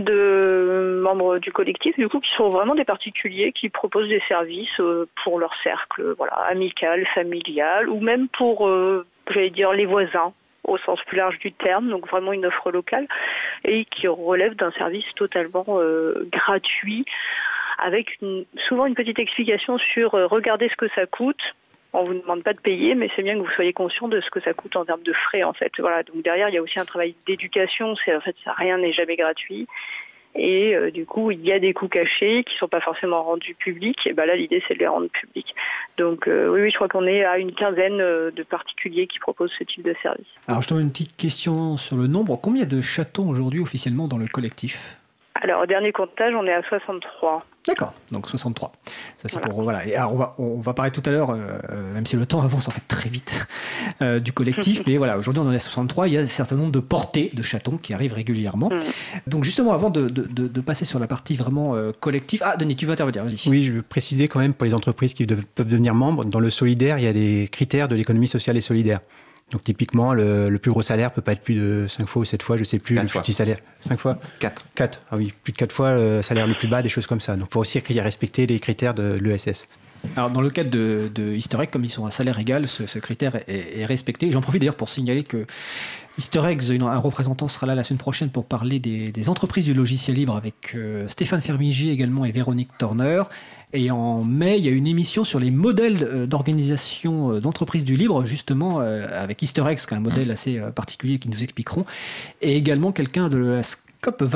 de membres du collectif, du coup, qui sont vraiment des particuliers qui proposent des services pour leur cercle, amical, familial, ou même pour, les voisins, au sens plus large du terme, donc vraiment une offre locale, et qui relève d'un service totalement gratuit, avec souvent une petite explication sur regardez ce que ça coûte. On ne vous demande pas de payer, mais c'est bien que vous soyez conscient de ce que ça coûte en termes de frais, en fait. Donc derrière, il y a aussi un travail d'éducation, rien n'est jamais gratuit. Et du coup, il y a des coûts cachés qui ne sont pas forcément rendus publics. Et là, l'idée, c'est de les rendre publics. Donc oui, je crois qu'on est à une quinzaine de particuliers qui proposent ce type de service. Alors, je te donne une petite question sur le nombre. Combien de chatons aujourd'hui officiellement dans le collectif ? Alors, au dernier comptage, on est à 63. D'accord, donc 63. Ça, c'est pour, voilà. Et alors, on va parler tout à l'heure, même si le temps avance en fait très vite, du collectif. Mais voilà, aujourd'hui, on en est à 63. Il y a un certain nombre de portées de chatons qui arrivent régulièrement. Donc, justement, avant de passer sur la partie vraiment collective... Ah, Denis, tu veux intervenir, vas-y. Oui, je veux préciser quand même pour les entreprises qui peuvent devenir membres, dans le solidaire, il y a les critères de l'économie sociale et solidaire. Donc typiquement, le plus gros salaire peut pas être plus de 5 fois ou 7 fois, je sais plus, le plus petit salaire. 5 fois 4. Ah oui, plus de 4 fois le salaire le plus bas, des choses comme ça. Donc il faut aussi respecter les critères de l'ESS. Alors dans le cadre de Easter Egg, comme ils sont à salaire égal, ce critère est respecté. J'en profite d'ailleurs pour signaler que Easter Eggs, un représentant sera là la semaine prochaine pour parler des entreprises du logiciel libre avec Stéphane Fermigi également et Véronique Turner. Et en mai, il y a une émission sur les modèles d'organisation d'entreprises du libre, justement avec Easter Eggs, qui est un modèle assez particulier qu'ils nous expliqueront. Et également quelqu'un de la SCOP 24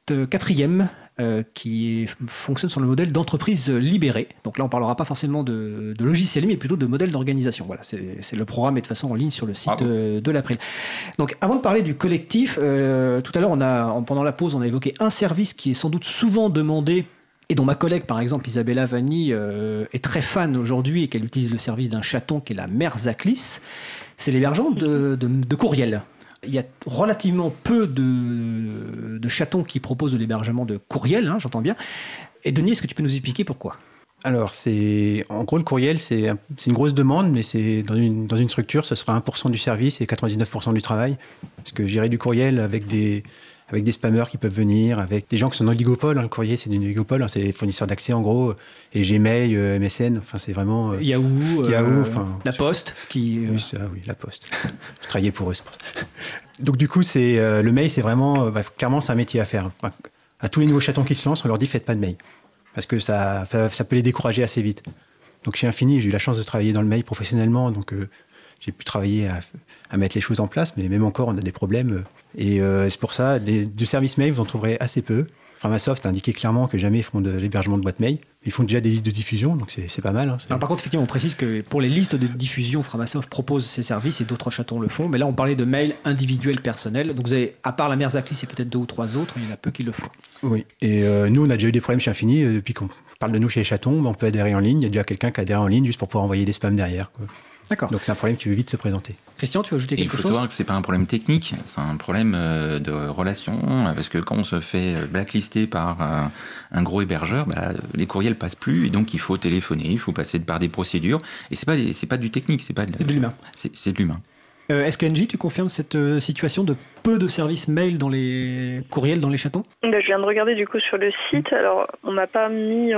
quatrième qui fonctionne sur le modèle d'entreprise libérée. Donc là, on ne parlera pas forcément de logiciel, mais plutôt de modèle d'organisation. Voilà, c'est le programme est de toute façon en ligne sur le site de l'April. Donc avant de parler du collectif, tout à l'heure, pendant la pause, on a évoqué un service qui est sans doute souvent demandé et dont ma collègue, par exemple, Isabella Vanni, est très fan aujourd'hui et qu'elle utilise le service d'un chaton qui est la Merzaklis. C'est l'hébergement de courriel. Il y a relativement peu de chatons qui proposent de l'hébergement de courriel, j'entends bien. Et Denis, est-ce que tu peux nous expliquer pourquoi ? Alors, en gros, le courriel, c'est une grosse demande, mais c'est dans une structure, ce sera 1% du service et 99% du travail. Parce que gérer du courriel avec des spammers qui peuvent venir, avec des gens qui sont dans l'oligopole. Le courrier, c'est du oligopole, c'est les fournisseurs d'accès en gros, et Gmail, MSN, enfin c'est vraiment... Yahoo, la Poste. Oui, la Poste. Je travaillais pour eux, c'est pour ça. Donc du coup, le mail, c'est vraiment... clairement, c'est un métier à faire. Enfin, à tous les nouveaux chatons qui se lancent, on leur dit faites pas de mail. Parce que ça peut les décourager assez vite. Donc chez Infini, j'ai eu la chance de travailler dans le mail professionnellement, donc j'ai pu travailler à mettre les choses en place, mais même encore, on a des problèmes... Et c'est pour ça, du service mail, vous en trouverez assez peu. Framasoft a indiqué clairement que jamais ils feront de l'hébergement de boîte mail. Ils font déjà des listes de diffusion, donc c'est pas mal. Alors, par contre, effectivement, on précise que pour les listes de diffusion, Framasoft propose ses services et d'autres chatons le font. Mais là, on parlait de mail individuel personnel. Donc vous avez, à part la Merzaklis et peut-être 2 ou 3 autres, il y en a peu qui le font. Oui, et nous, on a déjà eu des problèmes chez Infini. Depuis qu'on parle de nous chez les chatons, on peut adhérer en ligne. Il y a déjà quelqu'un qui a adhéré en ligne juste pour pouvoir envoyer des spams derrière, quoi. D'accord. Donc c'est un problème qui veut vite se présenter. Christian, tu veux ajouter quelque chose ? Il faut savoir que c'est pas un problème technique, c'est un problème de relation, parce que quand on se fait blacklister par un gros hébergeur, les courriels passent plus, et donc il faut téléphoner, il faut passer par des procédures, et c'est pas du technique, c'est de l'humain. C'est de l'humain. Est-ce que NJ, tu confirmes cette situation de peu de services mail dans les courriels, dans les chatons ? Je viens de regarder du coup sur le site. Alors, on m'a pas mis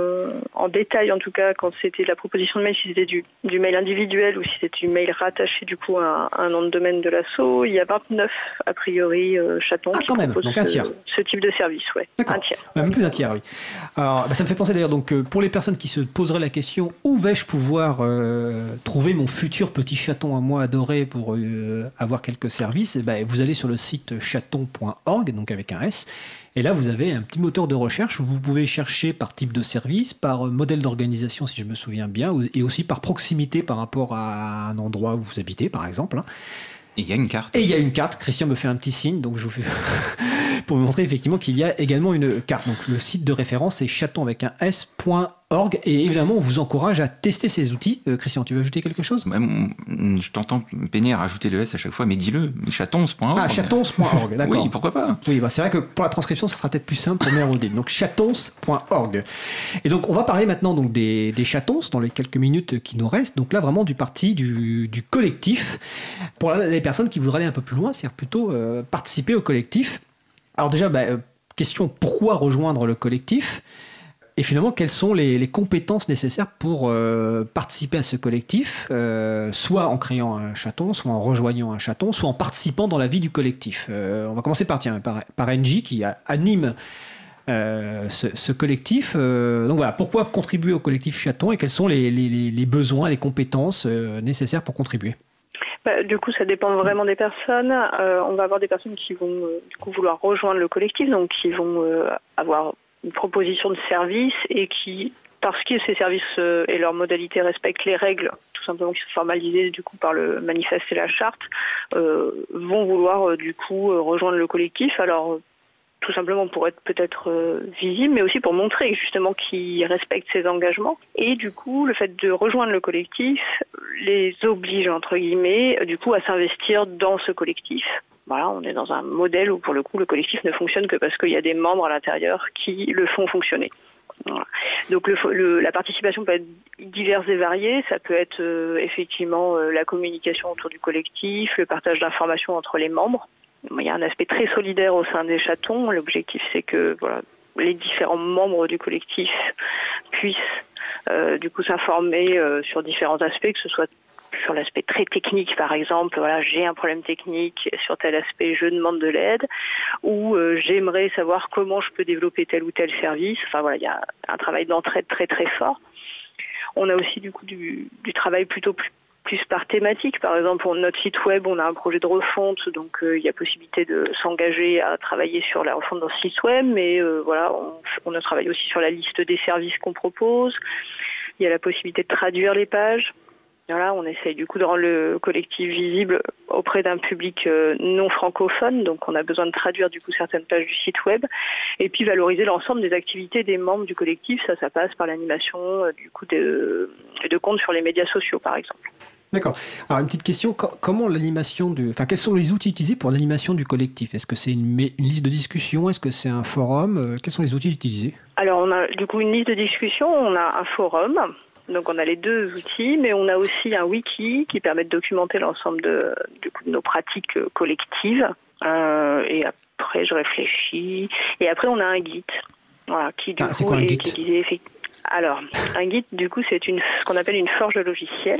en détail, en tout cas, quand c'était la proposition de mail, si c'était du mail individuel ou si c'était du mail rattaché du coup à un nom de domaine de l'asso. Il y a 29 a priori chatons qui proposent donc un tiers. Ce type de service, ouais. D'accord. Un tiers. Même plus d'un tiers, oui. Alors, ça me fait penser d'ailleurs, donc pour les personnes qui se poseraient la question, où vais-je pouvoir trouver mon futur petit chaton à moi adoré pour avoir quelques services, vous allez sur le site chaton.org, donc avec un S, et là vous avez un petit moteur de recherche où vous pouvez chercher par type de service, par modèle d'organisation si je me souviens bien, et aussi par proximité par rapport à un endroit où vous habitez par exemple. Et il y a une carte. Et il y a une carte. Christian me fait un petit signe, donc je vous fais pour me montrer effectivement qu'il y a également une carte. Donc le site de référence c'est chaton avec un s.org, et évidemment on vous encourage à tester ces outils. Christian, tu veux ajouter quelque chose ? Je t'entends peiner à rajouter le s à chaque fois, mais dis-le, chatons.org. Ah, chatons.org, d'accord. Oui, pourquoi pas ? Oui, c'est vrai que pour la transcription, ça sera peut-être plus simple pour Mérodine. Donc chatons.org. Et donc on va parler maintenant donc des chatons dans les quelques minutes qui nous restent. Donc là vraiment du parti du collectif. Pour les personnes qui voudraient aller un peu plus loin, c'est-à-dire plutôt participer au collectif. Alors déjà, question, pourquoi rejoindre le collectif ? Et finalement, quelles sont les compétences nécessaires pour participer à ce collectif, soit en créant un chaton, soit en rejoignant un chaton, soit en participant dans la vie du collectif. On va commencer par NJ qui anime ce collectif. Donc voilà, pourquoi contribuer au collectif chaton et quels sont les besoins, les compétences nécessaires pour contribuer ? Du coup, ça dépend vraiment des personnes. On va avoir des personnes qui vont du coup vouloir rejoindre le collectif, donc qui vont avoir une proposition de service et qui, parce que ces services et leurs modalités respectent les règles, tout simplement qui sont formalisées du coup par le manifeste et la charte, vont vouloir du coup rejoindre le collectif. Alors tout simplement pour être peut-être visible, mais aussi pour montrer justement qu'ils respectent ces engagements. Et du coup, le fait de rejoindre le collectif les oblige, entre guillemets, du coup, à s'investir dans ce collectif. Voilà, on est dans un modèle où, pour le coup, le collectif ne fonctionne que parce qu'il y a des membres à l'intérieur qui le font fonctionner. Voilà. Donc la participation peut être diverse et variée. Ça peut être effectivement la communication autour du collectif, le partage d'informations entre les membres. Il y a un aspect très solidaire au sein des chatons. L'objectif, c'est que les différents membres du collectif puissent du coup s'informer sur différents aspects, que ce soit sur l'aspect très technique, par exemple, j'ai un problème technique sur tel aspect, je demande de l'aide, ou j'aimerais savoir comment je peux développer tel ou tel service. Il y a un travail d'entraide très très fort. On a aussi du coup du travail plutôt plus plus par thématique. Par exemple, pour notre site web, on a un projet de refonte, donc il y a possibilité de s'engager à travailler sur la refonte de notre site web, mais voilà, on a travaillé aussi sur la liste des services qu'on propose. Il y a la possibilité de traduire les pages. Voilà, on essaye du coup de rendre le collectif visible auprès d'un public non francophone, donc on a besoin de traduire du coup certaines pages du site web, et puis valoriser l'ensemble des activités des membres du collectif. Ça passe par l'animation du coup de comptes sur les médias sociaux, par exemple. D'accord. Alors une petite question, comment l'animation quels sont les outils utilisés pour l'animation du collectif? Est-ce que c'est une liste de discussion? Est-ce que c'est un forum? Quels sont les outils utilisés? Alors on a du coup une liste de discussion, on a un forum. Donc on a les deux outils, mais on a aussi un wiki qui permet de documenter l'ensemble de nos pratiques collectives. Et après, je réfléchis. Et après, on a un guide. Voilà, qui du coup c'est quoi un guide? Alors, un guide, du coup, c'est ce qu'on appelle une forge de logiciels,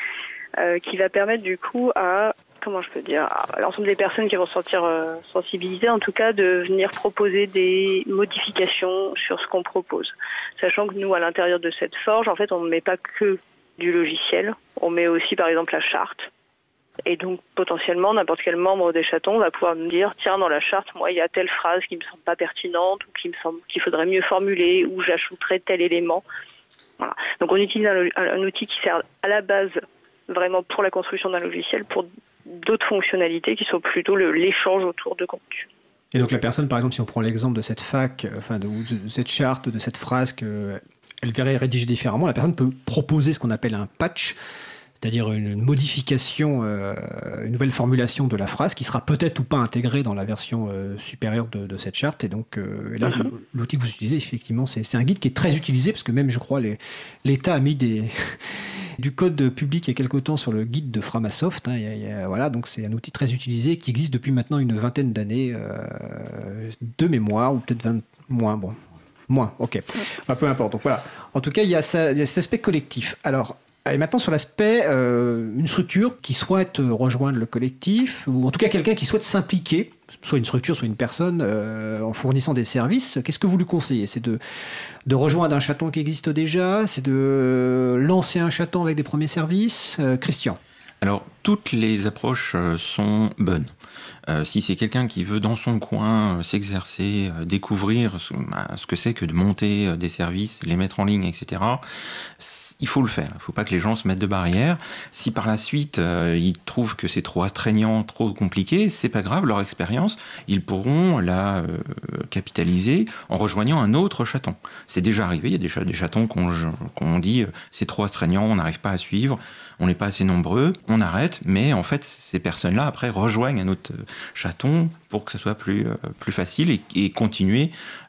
qui va permettre du coup à l'ensemble des personnes qui vont se sentir sensibilisées, en tout cas, de venir proposer des modifications sur ce qu'on propose. Sachant que nous, à l'intérieur de cette forge, en fait, on ne met pas que du logiciel, on met aussi, par exemple, la charte. Et donc, potentiellement, n'importe quel membre des chatons va pouvoir me dire, tiens, dans la charte, moi, il y a telle phrase qui me semble pas pertinente, ou qui me semble qu'il faudrait mieux formuler, ou j'ajouterais tel élément. Voilà. Donc, on utilise un outil qui sert à la base vraiment pour la construction d'un logiciel, pour d'autres fonctionnalités qui sont plutôt l'échange autour de contenu. Et donc la personne, par exemple, si on prend l'exemple de cette fac, de cette charte, de cette phrase qu'elle verrait rédigée différemment, la personne peut proposer ce qu'on appelle un patch, c'est-à-dire une modification, une nouvelle formulation de la phrase qui sera peut-être ou pas intégrée dans la version supérieure de cette charte. Et donc là, l'outil que vous utilisez, effectivement, c'est un guide qui est très utilisé, parce que même, je crois, l'État a mis du code public il y a quelque temps sur le guide de Framasoft. Voilà, donc c'est un outil très utilisé qui existe depuis maintenant une vingtaine d'années de mémoire, ou peut-être 20 moins. Bon, moins, ok. Peu importe. Donc voilà. En tout cas, il y a cet aspect collectif. Alors, et maintenant sur l'aspect, une structure qui souhaite rejoindre le collectif, ou en tout cas quelqu'un qui souhaite s'impliquer, soit une structure, soit une personne, en fournissant des services, qu'est-ce que vous lui conseillez? C'est de rejoindre un chaton qui existe déjà? C'est de lancer un chaton avec des premiers services? Christian? Alors, toutes les approches sont bonnes. Si c'est quelqu'un qui veut dans son coin s'exercer, découvrir ce que c'est que de monter des services, les mettre en ligne, etc., il faut le faire. Il ne faut pas que les gens se mettent de barrières. Si par la suite, ils trouvent que c'est trop astreignant, trop compliqué, c'est pas grave, leur expérience, ils pourront la capitaliser en rejoignant un autre chaton. C'est déjà arrivé, il y a déjà des chatons qu'on dit c'est trop astreignant, on n'arrive pas à suivre, on n'est pas assez nombreux, on arrête, mais en fait, ces personnes-là, après, rejoignent un autre chaton pour que ce soit plus facile et continuer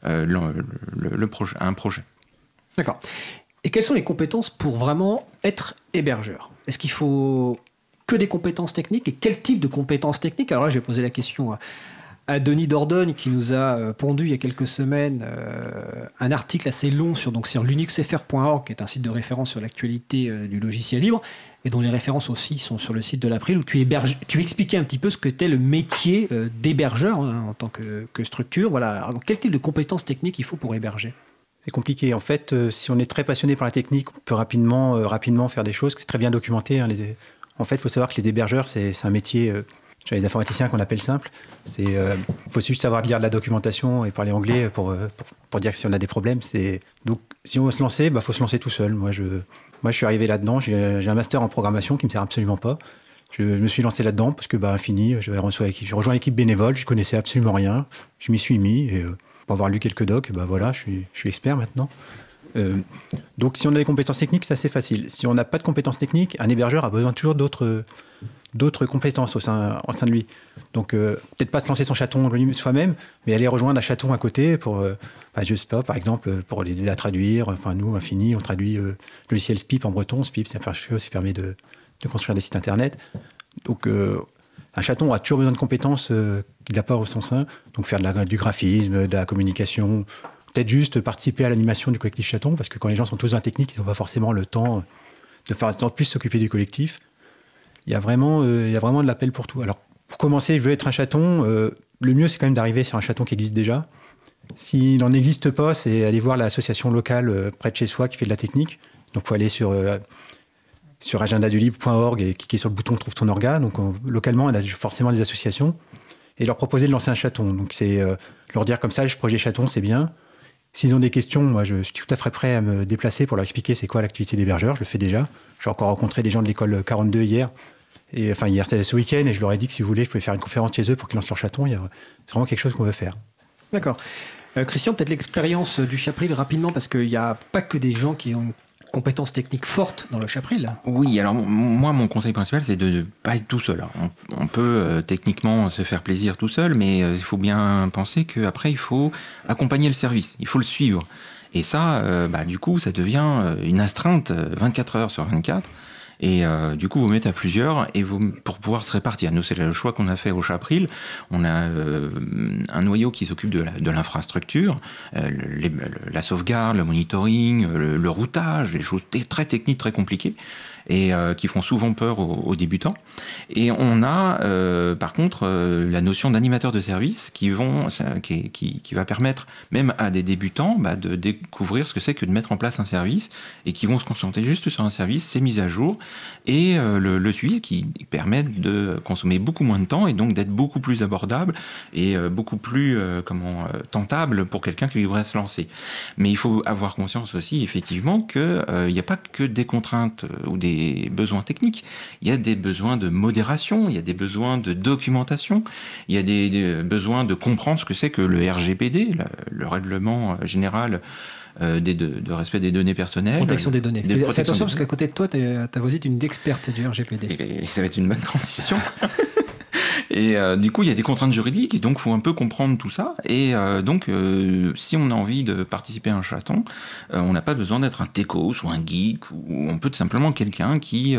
un projet. D'accord. Et quelles sont les compétences pour vraiment être hébergeur? Est-ce qu'il faut que des compétences techniques? Et quel type de compétences techniques? Alors là, j'ai posé la question à Denis Dordogne, qui nous a pondu il y a quelques semaines un article assez long sur linuxfr.org, qui est un site de référence sur l'actualité du logiciel libre, et dont les références aussi sont sur le site de l'April, où tu expliquais un petit peu ce que était le métier d'hébergeur en tant que structure. Voilà. Alors, quel type de compétences techniques il faut pour héberger? C'est compliqué. En fait, si on est très passionné par la technique, on peut rapidement faire des choses. C'est très bien documenté. En fait, il faut savoir que les hébergeurs, c'est un métier, chez les informaticiens, qu'on appelle simple. Il faut juste savoir lire de la documentation et parler anglais pour dire que si on a des problèmes. Donc, si on veut se lancer, faut se lancer tout seul. Moi, je suis arrivé là-dedans. J'ai un master en programmation qui ne me sert absolument pas. Je me suis lancé là-dedans parce que, fini, j'ai rejoint l'équipe bénévole. Je ne connaissais absolument rien. Je m'y suis mis et... pour avoir lu quelques docs, voilà, je suis expert maintenant. Donc, si on a des compétences techniques, c'est assez facile. Si on n'a pas de compétences techniques, un hébergeur a besoin toujours d'autres compétences au sein de lui. Donc, peut-être pas se lancer son chaton soi-même, mais aller rejoindre un chaton à côté pour, je sais pas, par exemple, pour les aider à traduire. Enfin, nous, Infini, on traduit le logiciel SPIP en breton. SPIP, c'est un chose qui permet de construire des sites internet. Donc, un chaton a toujours besoin de compétences qu'il n'a pas au son sein, donc faire du graphisme, de la communication, peut-être juste participer à l'animation du collectif chaton, parce que quand les gens sont tous dans la technique, ils n'ont pas forcément le temps de faire en plus s'occuper du collectif. Il y a vraiment de l'appel pour tout. Alors, pour commencer, je veux être un chaton, le mieux c'est quand même d'arriver sur un chaton qui existe déjà. S'il n'en existe pas, c'est aller voir l'association locale près de chez soi qui fait de la technique. Donc, il faut aller sur sur agendadulibre.org et cliquer sur le bouton Trouve ton orga. Donc localement, on a forcément des associations et leur proposer de lancer un chaton. Donc c'est leur dire comme ça, le projet chaton, c'est bien. S'ils ont des questions, moi je suis tout à fait prêt à me déplacer pour leur expliquer c'est quoi l'activité d'hébergeur. Je le fais déjà. J'ai encore rencontré des gens de l'école 42 hier. Et enfin hier, c'était ce week-end, et je leur ai dit que si vous voulez, je pouvais faire une conférence chez eux pour qu'ils lancent leur chaton. C'est vraiment quelque chose qu'on veut faire. D'accord. Christian, peut-être l'expérience du Chapril rapidement, parce qu'il n'y a pas que des gens qui ont une compétence technique forte dans le Chapril. Oui, alors moi, mon conseil principal, c'est de ne pas être tout seul. On peut techniquement se faire plaisir tout seul, mais il faut bien penser qu'après, il faut accompagner le service, il faut le suivre. Et ça, du coup, ça devient une astreinte 24 heures sur 24. Et du coup, vous mettez à plusieurs et pour pouvoir se répartir. Nous, c'est le choix qu'on a fait au Chapril. On a un noyau qui s'occupe de l'infrastructure, la sauvegarde, le monitoring, le routage, des choses très techniques, très compliquées et qui font souvent peur aux débutants. Et on a par contre la notion d'animateur de service qui va permettre même à des débutants de découvrir ce que c'est que de mettre en place un service et qui vont se concentrer juste sur un service, ses mises à jour et le suivi qui permet de consommer beaucoup moins de temps et donc d'être beaucoup plus abordable et beaucoup plus tentable pour quelqu'un qui voudrait se lancer. Mais il faut avoir conscience aussi effectivement qu'il n'y a pas que des contraintes ou des besoins techniques, il y a des besoins de modération, il y a des besoins de documentation, il y a des besoins de comprendre ce que c'est que le RGPD, le règlement général de respect des données personnelles. Protection des données. Fais attention parce qu'à côté de toi, ta voisine est une experte du RGPD. Et ça va être une bonne transition. Et du coup, il y a des contraintes juridiques et donc il faut un peu comprendre tout ça. Et donc, si on a envie de participer à un chaton, on n'a pas besoin d'être un techos ou un geek, ou on peut tout simplement quelqu'un qui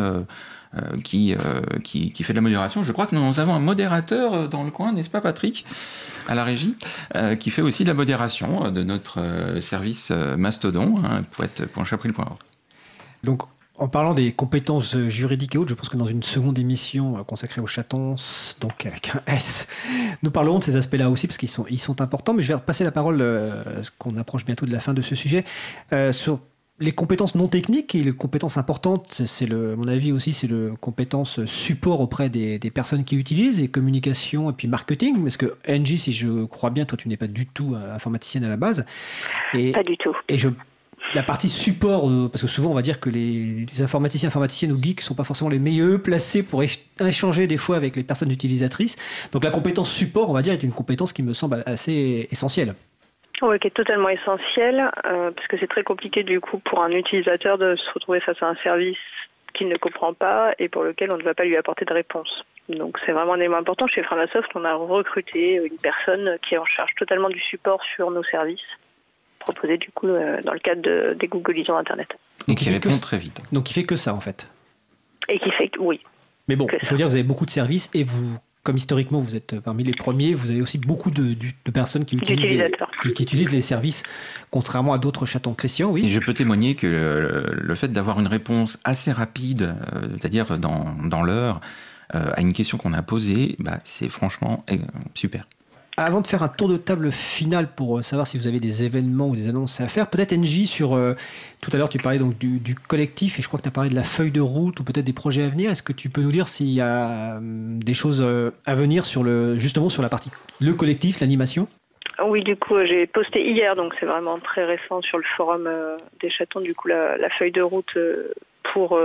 fait de la modération. Je crois que nous avons un modérateur dans le coin, n'est-ce pas Patrick, à la régie, qui fait aussi de la modération de notre service Mastodon, poète.chapril.org. Donc, en parlant des compétences juridiques et autres, je pense que dans une seconde émission consacrée aux chatons, donc avec un S, nous parlerons de ces aspects-là aussi parce qu'ils sont importants. Mais je vais passer la parole, parce qu'on approche bientôt de la fin de ce sujet, sur les compétences non techniques et les compétences importantes. À mon avis aussi, c'est le compétence support auprès des personnes qui utilisent, et communication et puis marketing. Parce que Angie, si je crois bien, toi tu n'es pas du tout informaticienne à la base. Pas du tout. Et la partie support, parce que souvent on va dire que les informaticiennes ou geeks ne sont pas forcément les meilleurs placés pour échanger des fois avec les personnes utilisatrices. Donc la compétence support, on va dire, est une compétence qui me semble assez essentielle. Oui, qui est totalement essentielle, parce que c'est très compliqué du coup pour un utilisateur de se retrouver face à un service qu'il ne comprend pas et pour lequel on ne va pas lui apporter de réponse. Donc c'est vraiment un élément important. Chez Framasoft, on a recruté une personne qui est en charge totalement du support sur nos services, proposé du coup dans le cadre des Googleisons Internet. Et qui répond très vite. Donc il fait que ça en fait. Et qui fait oui. Mais bon, il faut dire que vous avez beaucoup de services et vous, comme historiquement vous êtes parmi les premiers, vous avez aussi beaucoup de personnes qui utilisent les services, contrairement à d'autres chatons. Christian, oui. Et je peux témoigner que le fait d'avoir une réponse assez rapide, c'est-à-dire dans l'heure, à une question qu'on a posée, c'est franchement super. Avant de faire un tour de table final pour savoir si vous avez des événements ou des annonces à faire, peut-être NJ sur... tout à l'heure, tu parlais donc du collectif et je crois que tu as parlé de la feuille de route ou peut-être des projets à venir. Est-ce que tu peux nous dire s'il y a des choses à venir justement sur la partie le collectif, l'animation ? Oui, du coup, j'ai posté hier, donc c'est vraiment très récent sur le forum des chatons, du coup, la feuille de route pour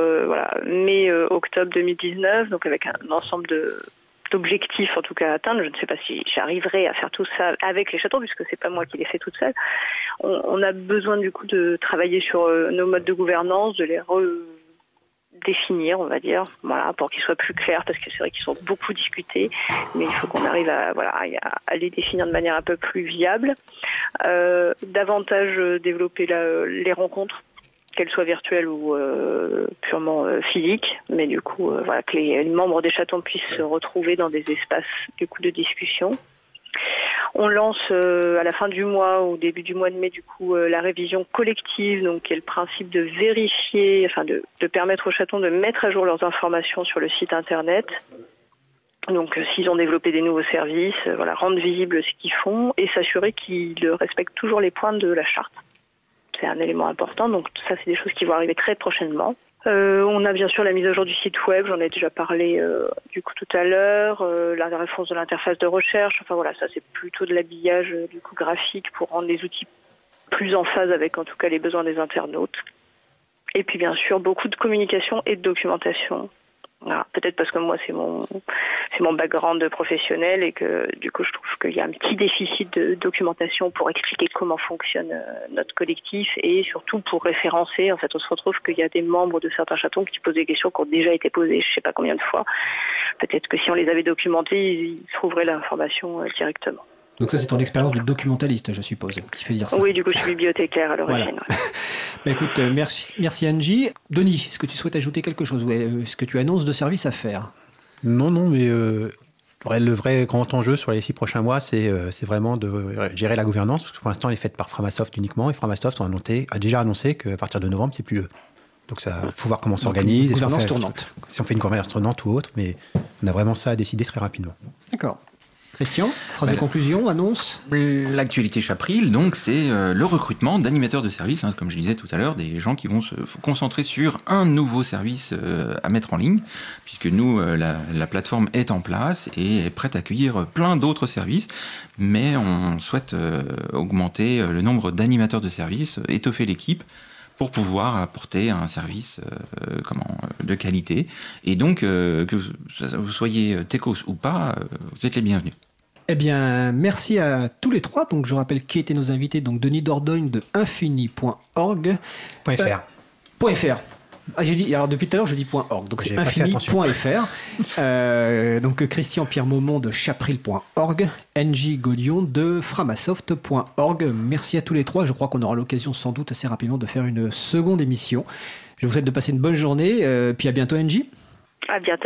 mai-octobre 2019, donc avec un ensemble d'objectifs en tout cas à atteindre. Je ne sais pas si j'arriverai à faire tout ça avec les chatons puisque c'est pas moi qui les fais toute seule. On a besoin du coup de travailler sur nos modes de gouvernance, de les redéfinir, on va dire, pour qu'ils soient plus clairs parce que c'est vrai qu'ils sont beaucoup discutés, mais il faut qu'on arrive à les définir de manière un peu plus viable. Davantage développer les rencontres, qu'elles soient virtuelles ou purement physiques, mais du coup, que les membres des chatons puissent se retrouver dans des espaces du coup de discussion. On lance à la fin du mois ou au début du mois de mai du coup la révision collective, donc qui est le principe de vérifier, de permettre aux chatons de mettre à jour leurs informations sur le site internet. Donc s'ils ont développé des nouveaux services, rendre visible ce qu'ils font et s'assurer qu'ils respectent toujours les points de la charte. C'est un élément important, donc ça c'est des choses qui vont arriver très prochainement. On a bien sûr la mise à jour du site web, j'en ai déjà parlé du coup tout à l'heure, la réponse de l'interface de recherche, enfin voilà, ça c'est plutôt de l'habillage du coup graphique pour rendre les outils plus en phase avec en tout cas les besoins des internautes. Et puis bien sûr beaucoup de communication et de documentation. Voilà, peut-être parce que moi c'est mon background professionnel et que du coup je trouve qu'il y a un petit déficit de documentation pour expliquer comment fonctionne notre collectif et surtout pour référencer. En fait, on se retrouve qu'il y a des membres de certains chatons qui posent des questions qui ont déjà été posées je ne sais pas combien de fois. Peut-être que si on les avait documentées, ils trouveraient l'information directement. Donc ça, c'est ton expérience de documentaliste, je suppose, qui fait dire ça. Oui, du coup, je suis bibliothécaire à l'origine. Voilà. Bah, écoute, merci Angie. Denis, est-ce que tu souhaites ajouter quelque chose? Est-ce que tu annonces de services à faire? Non, mais le vrai grand enjeu sur les 6 prochains mois, c'est vraiment de gérer la gouvernance, parce que pour l'instant, elle est faite par Framasoft uniquement, et Framasoft a déjà annoncé qu'à partir de novembre, c'est plus eux. Donc il faut voir comment on s'organise. Une gouvernance tournante. Si on fait une gouvernance tournante ou autre, mais on a vraiment ça à décider très rapidement. D'accord. Christian, phrase de conclusion, annonce. L'actualité Chapril, donc, c'est le recrutement d'animateurs de services, hein, comme je disais tout à l'heure, des gens qui vont se concentrer sur un nouveau service à mettre en ligne, puisque nous, la plateforme est en place et est prête à accueillir plein d'autres services, mais on souhaite augmenter le nombre d'animateurs de services, étoffer l'équipe, pour pouvoir apporter un service de qualité. Et donc, que vous soyez techos ou pas, vous êtes les bienvenus. Eh bien, merci à tous les trois. Donc, je rappelle qui étaient nos invités. Donc, Denis Dordogne de infini.org. .fr. Ah, j'ai dit, alors depuis tout à l'heure, je dis .org. Donc, c'est infini.fr. Donc, Christian Pierre Maumont de chapril.org. Angie Gaudion de framasoft.org. Merci à tous les trois. Je crois qu'on aura l'occasion sans doute assez rapidement de faire une seconde émission. Je vous souhaite de passer une bonne journée. Puis à bientôt, Angie. À bientôt.